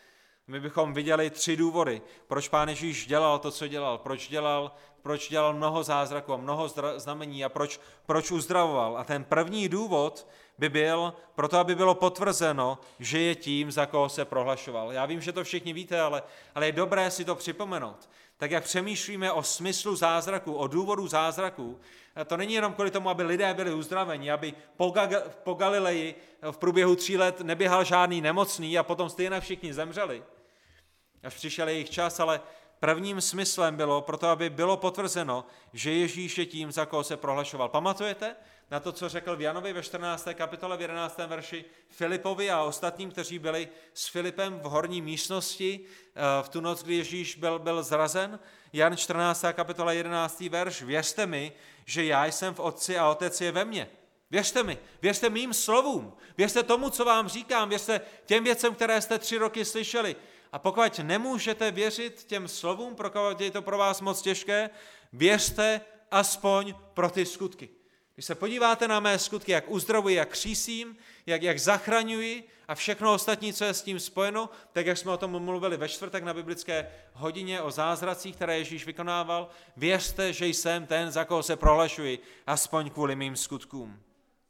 My bychom viděli tři důvody, proč Pán Ježíš dělal to, co dělal, proč dělal, proč dělal mnoho zázraků a mnoho znamení a proč, proč uzdravoval. A ten první důvod by byl proto, aby bylo potvrzeno, že je tím, za koho se prohlašoval. Já vím, že to všichni víte, ale, ale je dobré si to připomenout. Tak jak přemýšlíme o smyslu zázraků, o důvodu zázraků, to není jenom kvůli tomu, aby lidé byli uzdraveni, aby po, Ga- po Galileji v průběhu tří let neběhal žádný nemocný a potom stejně všichni zemřeli, až přišel jejich čas, ale prvním smyslem bylo proto, aby bylo potvrzeno, že Ježíš je tím, za koho se prohlašoval. Pamatujete na to, co řekl v Janovi ve čtrnácté kapitole v jedenáctém verši Filipovi a ostatním, kteří byli s Filipem v horní místnosti v tu noc, kdy Ježíš byl, byl zrazen? Jan čtrnáctá kapitola jedenáctý verš. Věřte mi, že já jsem v Otci a Otec je ve mně. Věřte mi, věřte mým slovům, věřte tomu, co vám říkám, věřte těm věcem, které jste tři roky slyšeli. A pokud nemůžete věřit těm slovům, pokud je to pro vás moc těžké, věřte aspoň pro ty skutky. Když se podíváte na mé skutky, jak uzdravuji, jak křísím, jak, jak zachraňuji a všechno ostatní, co je s tím spojeno, tak jak jsme o tom mluvili ve čtvrtek na biblické hodině o zázracích, které Ježíš vykonával, věřte, že jsem ten, za koho se prohlašuji, aspoň kvůli mým skutkům.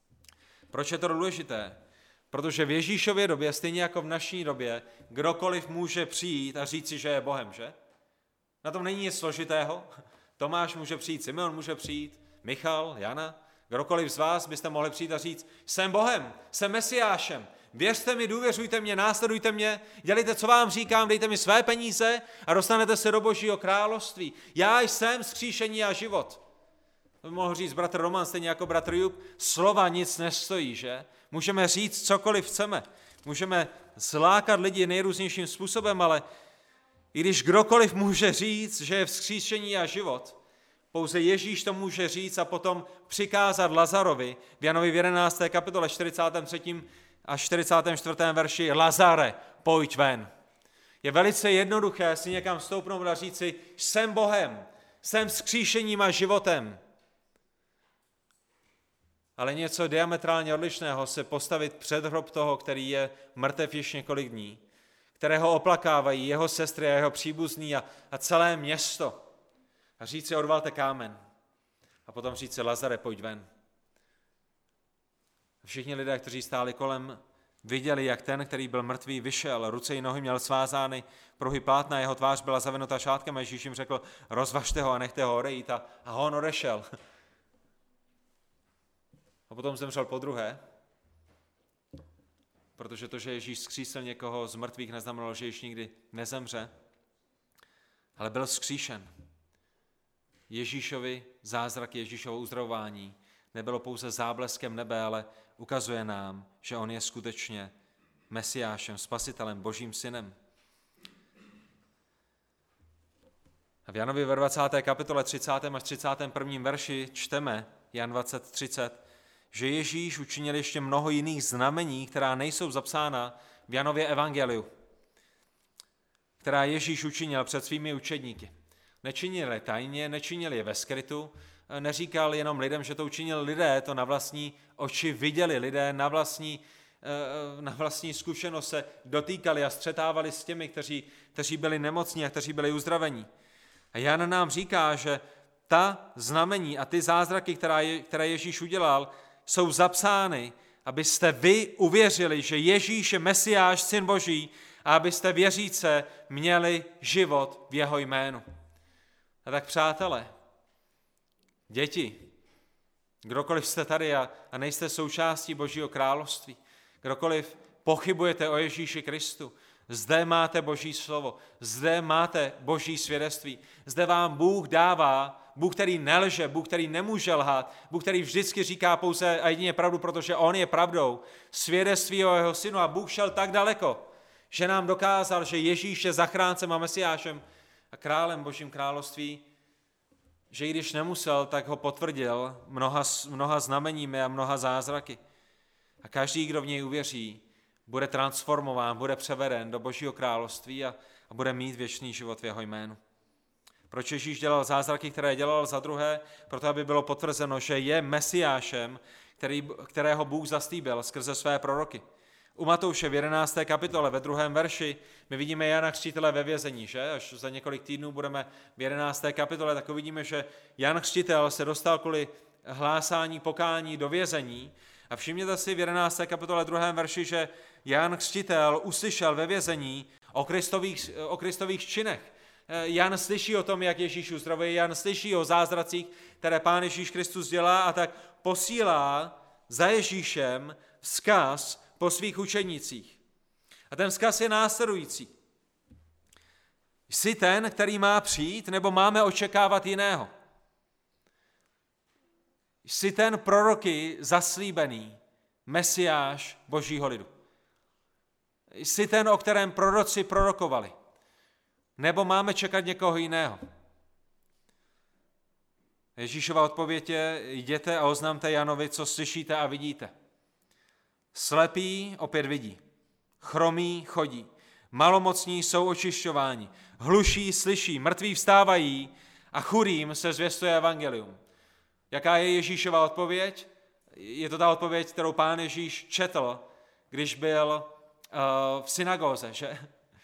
Proč je to důležité? Protože v Ježíšově době, stejně jako v naší době, kdokoliv může přijít a říct si, že je Bohem, že? Na tom není nic složitého. Tomáš může přijít, Simeon může přijít, Michal, Jana, kdokoliv z vás byste mohli přijít a říct, jsem Bohem, jsem Mesiášem, věřte mi, důvěřujte mě, následujte mě, dělejte, co vám říkám, dejte mi své peníze a dostanete se do Božího království. Já jsem vzkříšení a život. To by mohl říct bratr Roman, stejně jako bratr Jub, slova nic nestojí, že? Můžeme říct cokoliv chceme, můžeme zlákat lidi nejrůznějším způsobem, ale i když kdokoliv může říct, že je vzkříšení a život, pouze Ježíš to může říct a potom přikázat Lazarovi v Janovi v jedenácté kapitole čtyřicátém třetím a čtyřicátém čtvrtém verši, Lazare, pojď ven. Je velice jednoduché si někam stoupnout a říct si, jsem Bohem, jsem vzkříšením a životem. Ale něco diametrálně odlišného se postavit před hrob toho, který je mrtev již několik dní, kterého oplakávají jeho sestry a jeho příbuzní a, a celé město. A říct si, odvalte kámen. A potom říct si, Lazare, pojď ven. A všichni lidé, kteří stáli kolem, viděli, jak ten, který byl mrtvý, vyšel, ruce i nohy měl svázány, pruhy plátna, jeho tvář byla zavinuta šátkem a Ježíš jim řekl, rozvažte ho a nechte ho odejít. A, a on odešel. A potom zemřel podruhé, protože to, že Ježíš vzkřísil někoho z mrtvých, neznamenalo, že již nikdy nezemře, ale byl vzkříšen. Ježíšovi zázrak, Ježíšovo uzdravování nebylo pouze zábleskem nebe, ale ukazuje nám, že on je skutečně Mesiášem, Spasitelem, Božím synem. A v Janovi ve dvacáté kapitole třicátém až třicátém prvním verši čteme, Jan dvacet třicet, že Ježíš učinil ještě mnoho jiných znamení, která nejsou zapsána v Janově evangeliu, která Ježíš učinil před svými učedníky. Nečinil je tajně, nečinil je ve skrytu, neříkal jenom lidem, že to učinil lidé, to na vlastní oči viděli, lidé na vlastní, na vlastní zkušenost se dotýkali a střetávali s těmi, kteří, kteří byli nemocní a kteří byli uzdravení. A Jan nám říká, že ta znamení a ty zázraky, která je, které Ježíš udělal, jsou zapsány, abyste vy uvěřili, že Ježíš je Mesiáš, Syn Boží, a abyste věříce měli život v jeho jménu. A tak přátelé, děti, kdokoliv jste tady a, a nejste součástí Božího království, kdokoliv pochybujete o Ježíši Kristu, zde máte Boží slovo, zde máte Boží svědectví, zde vám Bůh dává, Bůh, který nelže, Bůh, který nemůže lhát, Bůh, který vždycky říká pouze a jedině pravdu, protože on je pravdou, svědectví o jeho synu. A Bůh šel tak daleko, že nám dokázal, že Ježíš je zachráncem a Mesiášem a králem Božím království, že i když nemusel, tak ho potvrdil mnoha, mnoha znameními a mnoha zázraky. A každý, kdo v něj uvěří, bude transformován, bude převeden do Božího království a, a bude mít věčný život v jeho jménu. Proč Ježíš dělal zázraky, které dělal za druhé? Proto, aby bylo potvrzeno, že je Mesiášem, který, kterého Bůh zaslíbil skrze své proroky. U Matouše v jedenácté kapitole ve druhém verši my vidíme Jana Křtitele ve vězení, že? Až za několik týdnů budeme v jedenácté kapitole, tak uvidíme, že Jan Křtitel se dostal kvůli hlásání pokání do vězení. A všimněte si v jedenácté kapitole druhém verši, že Jan Křtitel uslyšel ve vězení o Kristových, o Kristových činech. Jan slyší o tom, jak Ježíš uzdravuje, Jan slyší o zázracích, které Pán Ježíš Kristus dělá, a tak posílá za Ježíšem vzkaz po svých učenících. A ten vzkaz je následující. Jsi ten, který má přijít, nebo máme očekávat jiného? Jsi ten proroky zaslíbený Mesiáš Božího lidu. Jsi ten, o kterém proroci prorokovali. Nebo máme čekat někoho jiného? Ježíšova odpověď je: jděte a oznamte Janovi, co slyšíte a vidíte. Slepí opět vidí, chromí chodí, malomocní jsou očišťováni, hluší slyší, mrtví vstávají a chudým se zvěstuje evangelium. Jaká je Ježíšova odpověď? Je to ta odpověď, kterou Pán Ježíš četl, když byl uh, v synagóze, že?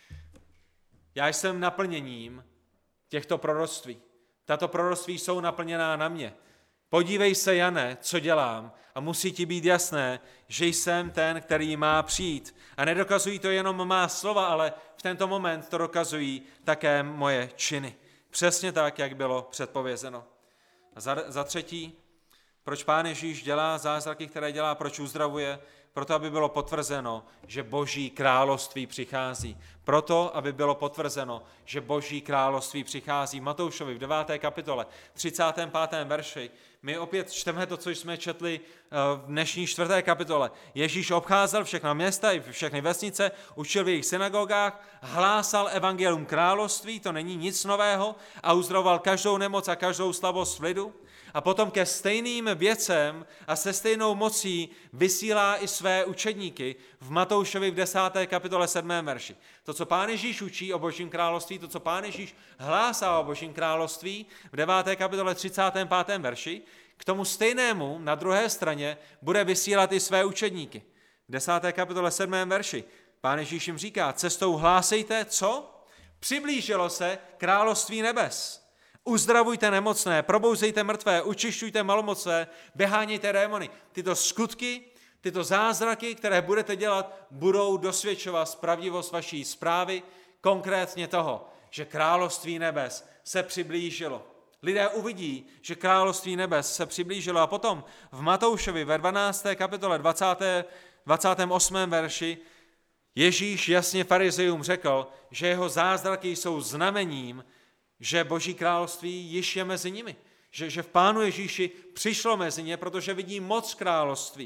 Já jsem naplněním těchto proroctví. Tato proroctví jsou naplněná na mě. Podívej se, Jane, co dělám, a musí ti být jasné, že jsem ten, který má přijít. A nedokazují to jenom má slova, ale v tento moment to dokazují také moje činy. Přesně tak, jak bylo předpovězeno. A za, za třetí, proč Pán Ježíš dělá zázraky, které dělá, proč uzdravuje? Proto, aby bylo potvrzeno, že Boží království přichází. Proto, aby bylo potvrzeno, že Boží království přichází. Matoušovi v deváté kapitole, třicátém pátém verši, my opět čteme to, co jsme četli v dnešní čtvrté kapitole. Ježíš obcházel všechna města i všechny vesnice, učil v jejich synagogách, hlásal evangelium království, to není nic nového, a uzdravoval každou nemoc a každou slabost v lidu. A potom ke stejným věcem a se stejnou mocí vysílá i své učedníky v Matoušovi v desáté kapitole sedmém verši. To, co Pán Ježíš učí o Božím království, to, co Pán Ježíš hlásá o Božím království v deváté kapitole třicátém pátém verši, k tomu stejnému na druhé straně bude vysílat i své učedníky. V desáté kapitole sedmém verši Pán Ježíš jim říká: cestou hlásejte, co? Přiblížilo se království nebes. Uzdravujte nemocné, probouzejte mrtvé, učišťujte malomocné, behánějte démony. Tyto skutky, tyto zázraky, které budete dělat, budou dosvědčovat pravdivost vaší zprávy, konkrétně toho, že království nebes se přiblížilo. Lidé uvidí, že království nebes se přiblížilo, a potom v Matoušovi ve dvanácté kapitole dvacátém osmém verši Ježíš jasně farizejům řekl, že jeho zázraky jsou znamením, že Boží království již je mezi nimi. Že, že v Pánu Ježíši přišlo mezi ně, protože vidí moc království.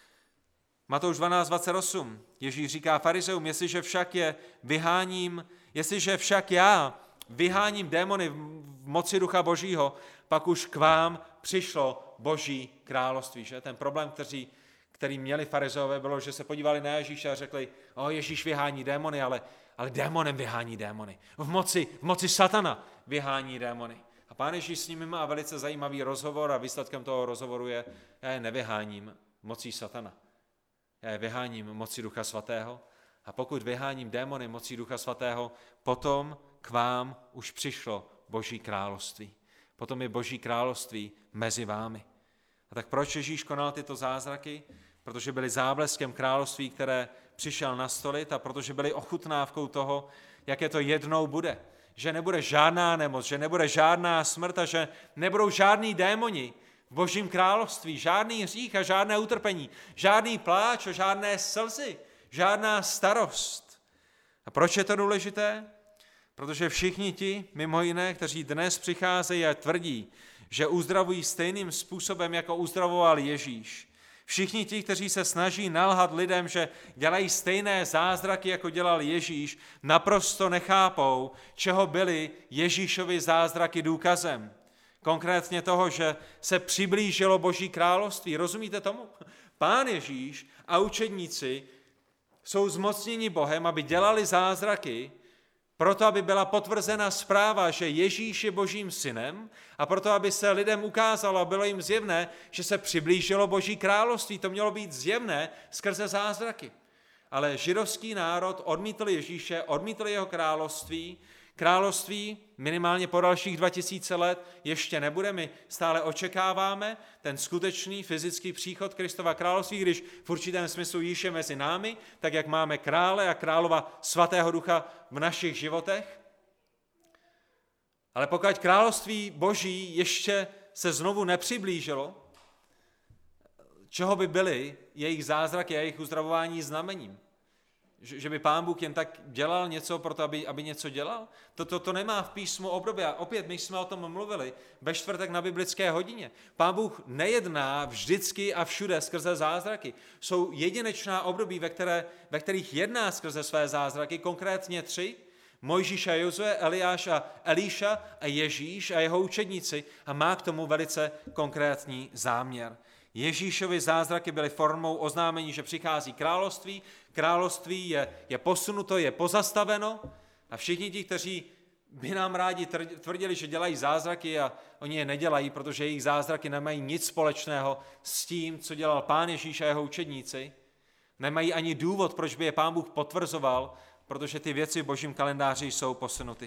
Matouš dvanáct dvacet osm. Ježíš říká farizeům: jestliže však je vyháním, jestliže však já vyháním démony v moci Ducha Božího, pak už k vám přišlo Boží království. Že? Ten problém, který, který měli farizeové, bylo, že se podívali na Ježíše a řekli: o, Ježíš vyhání démony, ale, ale démonem vyhání démony. V moci, v moci satana vyhání démony. A Pán Ježíš s nimi má velice zajímavý rozhovor a výsledkem toho rozhovoru je: já je nevyháním mocí satana. Já je vyháním mocí Ducha Svatého. A pokud vyháním démony mocí Ducha Svatého, potom k vám už přišlo Boží království. Potom je Boží království mezi vámi. A tak proč Ježíš konal tyto zázraky? Protože byly zábleskem království, které přišel nastolit, a protože byly ochutnávkou toho, jaké to jednou bude. Že nebude žádná nemoc, že nebude žádná smrt a že nebudou žádní démoni v Božím království, žádný hřích a žádné utrpení, žádný pláč a žádné slzy, žádná starost. A proč je to důležité? Protože všichni ti, mimo jiné, kteří dnes přicházejí a tvrdí, že uzdravují stejným způsobem, jako uzdravoval Ježíš, všichni ti, kteří se snaží nalhat lidem, že dělají stejné zázraky, jako dělal Ježíš, naprosto nechápou, čeho byly Ježíšovy zázraky důkazem. Konkrétně toho, že se přiblížilo Boží království. Rozumíte tomu? Pán Ježíš a učedníci jsou zmocněni Bohem, aby dělali zázraky, proto, aby byla potvrzena zpráva, že Ježíš je Božím synem, a proto, aby se lidem ukázalo a bylo jim zjevné, že se přiblížilo Boží království. To mělo být zjevné skrze zázraky. ale židovský národ odmítl Ježíše, odmítl jeho království. Království minimálně po dalších dva tisíce let ještě nebude. My stále očekáváme ten skutečný fyzický příchod Kristova království, když v určitém smyslu již je mezi námi, tak jak máme krále a králova svatého ducha v našich životech. Ale pokud království Boží ještě se znovu nepřiblížilo, čeho by byly jejich zázraky a jejich uzdravování znamením? Že by Pán Bůh jen tak dělal něco pro to, aby, aby něco dělal? Toto to nemá v písmu období. A opět, my jsme o tom mluvili ve čtvrtek na biblické hodině. Pán Bůh nejedná vždycky a všude skrze zázraky. Jsou jedinečná období, ve, které, ve kterých jedná skrze své zázraky, konkrétně tři. Mojžíš a Jozue, Eliáš a Elíša a Ježíš a jeho učedníci a má k tomu velice konkrétní záměr. Ježíšovy zázraky byly formou oznámení, že přichází království, království je, je posunuto, je pozastaveno a všichni ti, kteří by nám rádi tvrdili, že dělají zázraky a oni je nedělají, protože jejich zázraky nemají nic společného s tím, co dělal Pán Ježíš a jeho učedníci, nemají ani důvod, proč by je Pán Bůh potvrzoval, protože ty věci v Božím kalendáři jsou posunuty.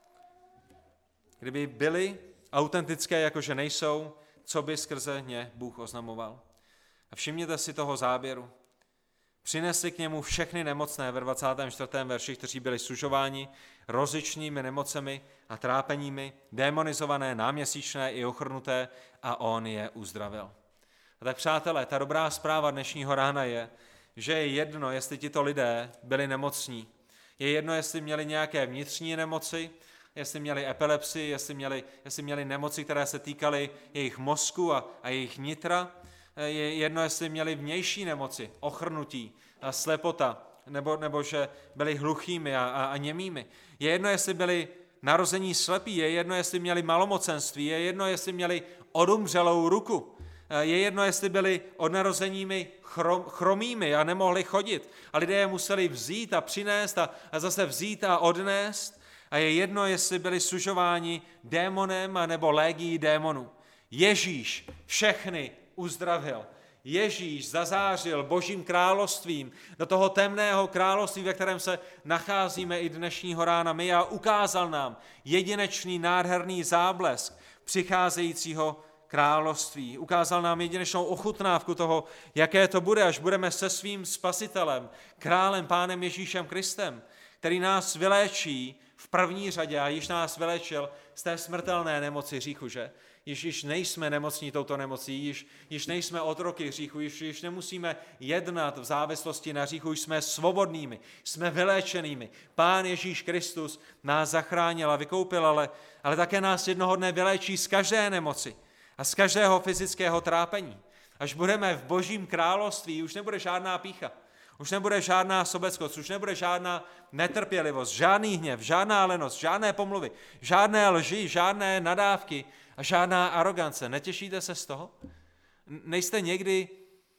Kdyby byly autentické, jakože nejsou, co by skrze ně Bůh oznamoval. A všimněte si toho záběru. Přinesli k němu všechny nemocné ve dvacátém čtvrtém verši, kteří byli sužováni rozličnými nemocemi a trápeními, démonizované, náměsíčné i ochrnuté, a on je uzdravil. A tak přátelé, ta dobrá zpráva dnešního rána je, že je jedno, jestli tito lidé byli nemocní. Je jedno, jestli měli nějaké vnitřní nemoci, jestli měli epilepsii, jestli měli, jestli měli nemoci, které se týkaly jejich mozku a, a jejich nitra. Je jedno, jestli měli vnější nemoci, ochrnutí, a slepota, nebo, nebo že byli hluchými a, a, a němými. Je jedno, jestli byli narození slepí, je jedno, jestli měli malomocenství, je jedno, jestli měli odumřelou ruku. Je jedno, jestli byli od narozeními chrom, chromými a nemohli chodit. A lidé je museli vzít a přinést a, a zase vzít a odnést. A je jedno, jestli byli sužováni démonem a nebo légií démonů. Ježíš všechny uzdravil. Ježíš zazářil Božím královstvím do toho temného království, ve kterém se nacházíme i dnešního rána my, a ukázal nám jedinečný nádherný záblesk přicházejícího království. Ukázal nám jedinečnou ochutnávku toho, jaké to bude, až budeme se svým spasitelem, králem, Pánem Ježíšem Kristem, který nás vyléčí v první řadě a již nás vyléčil z té smrtelné nemoci hříchu, že? Již, již nejsme nemocní touto nemocí, již, již nejsme otroky hříchu, již, již nemusíme jednat v závislosti na hříchu, již jsme svobodnými, jsme vyléčenými. Pán Ježíš Kristus nás zachránil a vykoupil, ale, ale také nás jednoho dne vyléčí z každé nemoci a z každého fyzického trápení. Až budeme v Božím království, už nebude žádná pýcha, už nebude žádná sobeckost, už nebude žádná netrpělivost, žádný hněv, žádná lenost, žádné pomluvy, žádné lži, žádné nadávky a žádná arogance. Netěšíte se z toho? Nejste někdy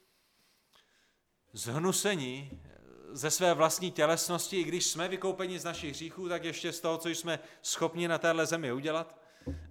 zhnuseni ze své vlastní tělesnosti, i když jsme vykoupeni z našich hříchů, tak ještě z toho, co jsme schopni na téhle zemi udělat?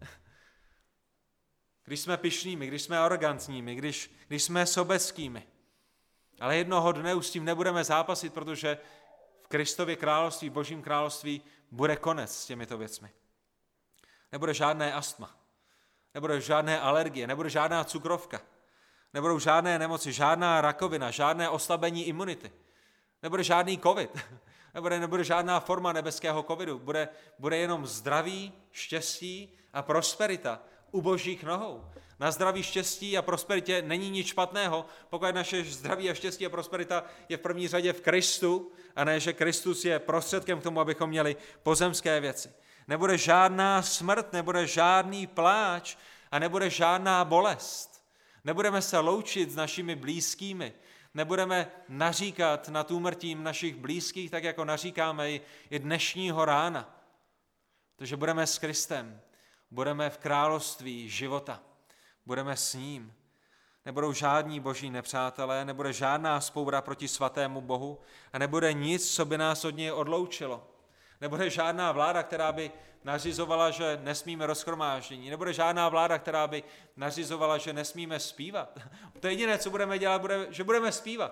Když jsme pyšnými, když jsme arrogantními, když, když jsme sobeckými. Ale jednoho dne už s tím nebudeme zápasit, protože v Kristově království, v Božím království bude konec s těmito věcmi. Nebude žádné astma, nebude žádné alergie, nebude žádná cukrovka, nebudou žádné nemoci, žádná rakovina, žádné oslabení imunity, nebude žádný covid, nebude, nebude žádná forma nebeského covidu, bude, bude jenom zdraví, štěstí a prosperita u Božích nohou. Na zdraví, štěstí a prosperitě není nic špatného, pokud naše zdraví a štěstí a prosperita je v první řadě v Kristu, a ne, že Kristus je prostředkem k tomu, abychom měli pozemské věci. Nebude žádná smrt, nebude žádný pláč a nebude žádná bolest. Nebudeme se loučit s našimi blízkými, nebudeme naříkat nad úmrtím našich blízkých, tak jako naříkáme i dnešního rána. Protože budeme s Kristem, budeme v království života, budeme s ním. Nebudou žádní boží nepřátelé, nebude žádná vzpoura proti svatému Bohu a nebude nic, co by nás od něj odloučilo. Nebude žádná vláda, která by nařizovala, že nesmíme rozshromáždění. Nebude žádná vláda, která by nařizovala, že nesmíme zpívat. To jediné, co budeme dělat, bude, že budeme zpívat.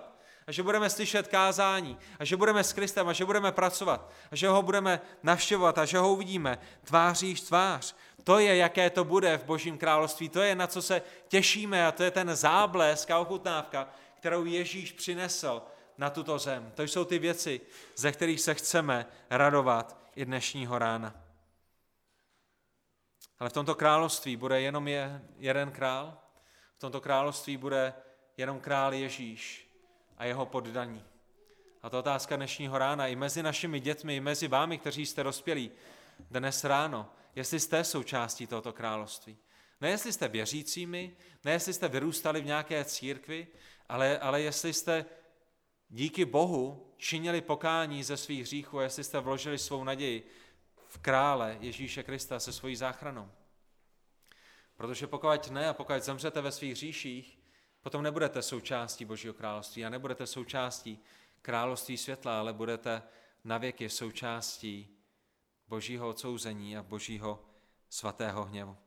a že budeme slyšet kázání a že budeme s Kristem a že budeme pracovat a že ho budeme navštěvovat a že ho uvidíme tváří v tvář. To je, jaké to bude v Božím království, to je, na co se těšíme a to je ten záblesk a ochutnávka, kterou Ježíš přinesl na tuto zem. To jsou ty věci, ze kterých se chceme radovat i dnešního rána. Ale v tomto království bude jenom je, jeden král, v tomto království bude jenom král Ježíš a jeho poddaní. A to je otázka dnešního rána i mezi našimi dětmi, i mezi vámi, kteří jste dospělí dnes ráno, jestli jste součástí tohoto království. Ne jestli jste věřícími, ne jestli jste vyrůstali v nějaké církvi, ale, ale jestli jste díky Bohu činili pokání ze svých hříchů a jestli jste vložili svou naději v krále Ježíše Krista se svojí záchranou. Protože pokud ne a pokud zemřete ve svých hříších, potom nebudete součástí Božího království a nebudete součástí království světla, ale budete navěky součástí Božího odsouzení a Božího svatého hněvu.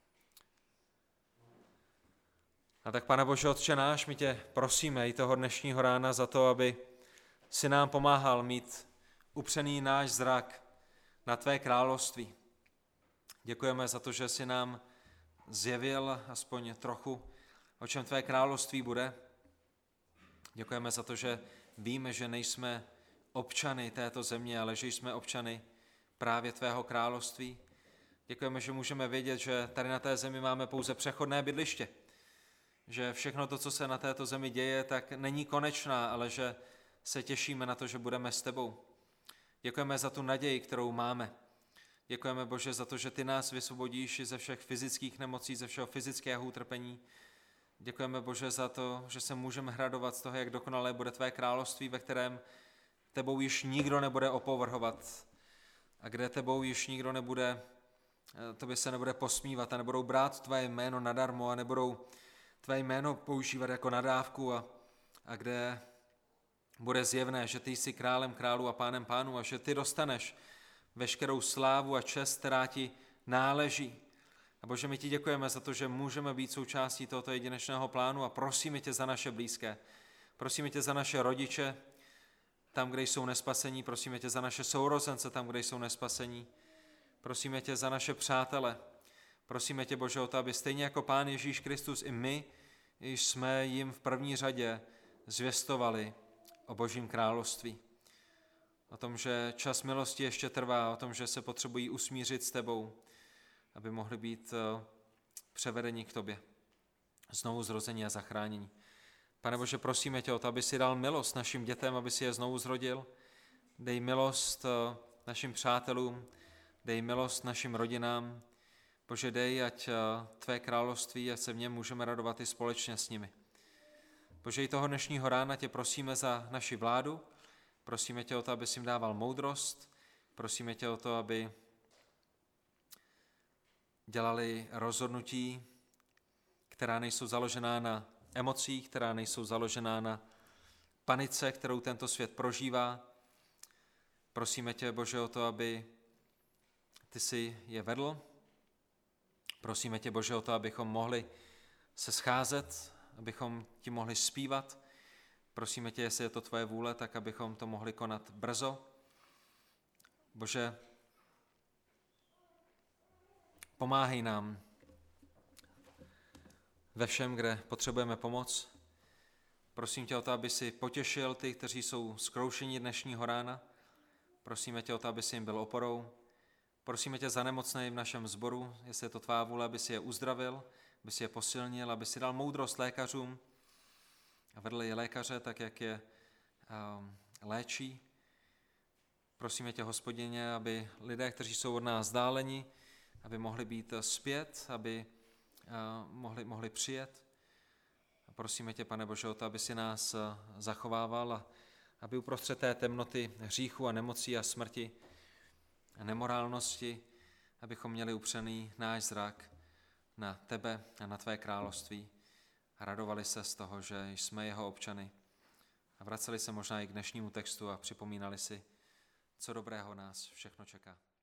A tak, Pane Bože, Otče náš, my tě prosíme i toho dnešního rána za to, aby si nám pomáhal mít upřený náš zrak na tvé království. Děkujeme za to, že jsi nám zjevil aspoň trochu, o čem tvé království bude. Děkujeme za to, že víme, že nejsme občany této země, ale že jsme občany právě tvého království. Děkujeme, že můžeme vědět, že tady na té zemi máme pouze přechodné bydliště, že všechno to, co se na této zemi děje, tak není konečná, ale že se těšíme na to, že budeme s tebou. Děkujeme za tu naději, kterou máme. Děkujeme, Bože, za to, že ty nás vysvobodíš ze všech fyzických nemocí, ze všeho fyzického utrpení. Děkujeme, Bože, za to, že se můžeme radovat z toho, jak dokonalé bude tvé království, ve kterém tebou již nikdo nebude opovrhovat a kde tebou již nikdo nebude, tobě se nebude posmívat a nebudou brát tvé jméno nadarmo a nebudou tvé jméno používat jako nadávku a, a kde bude zjevné, že ty jsi králem králů a pánem pánů a že ty dostaneš veškerou slávu a čest, která ti náleží. A Bože, my ti děkujeme za to, že můžeme být součástí tohoto jedinečného plánu a prosíme tě za naše blízké. Prosíme tě za naše rodiče, tam, kde jsou nespasení, prosíme tě za naše sourozence, tam, kde jsou nespasení. Prosíme tě za naše přátele. Prosíme tě, Bože, o to, aby stejně jako Pán Ježíš Kristus i my jsme jim v první řadě zvěstovali o Božím království. O tom, že čas milosti ještě trvá, o tom, že se potřebují usmířit s tebou, aby mohli být převedeni k tobě. Znovu zrození a zachránění. Pane Bože, prosíme tě o to, aby si dal milost našim dětem, aby si je znovu zrodil. Dej milost našim přátelům, dej milost našim rodinám. Bože, dej, ať tvé království, ať se v něm můžeme radovat i společně s nimi. Bože, i toho dnešního rána tě prosíme za naši vládu, prosíme tě o to, aby jsi jim dával moudrost, prosíme tě o to, aby dělali rozhodnutí, která nejsou založená na emocích, která nejsou založená na panice, kterou tento svět prožívá. Prosíme tě, Bože, o to, aby ty si je vedl. Prosíme tě, Bože, o to, abychom mohli se scházet, abychom ti mohli zpívat. Prosíme tě, jestli je to tvoje vůle, tak abychom to mohli konat brzo. Bože, pomáhej nám ve všem, kde potřebujeme pomoc. Prosím tě o to, aby si potěšil ty, kteří jsou zkroušení dnešního rána. Prosíme tě o to, aby si jim byl oporou. Prosíme tě za nemocné v našem sboru, jestli je to tvá vůle, aby si je uzdravil, aby si je posilnil, aby si dal moudrost lékařům a vedl je lékaře tak, jak je um, léčí. Prosíme tě, Hospodině, aby lidé, kteří jsou od nás vzdáleni, aby mohli být zpět, aby uh, mohli, mohli přijet. A prosíme tě, Pane Bože, o to, aby si nás uh, zachovával a aby uprostřed té temnoty hříchu a nemocí a smrti a nemorálnosti, abychom měli upřený náš zrak na tebe a na tvé království a radovali se z toho, že jsme jeho občany a vraceli se možná i k dnešnímu textu a připomínali si, co dobrého nás všechno čeká.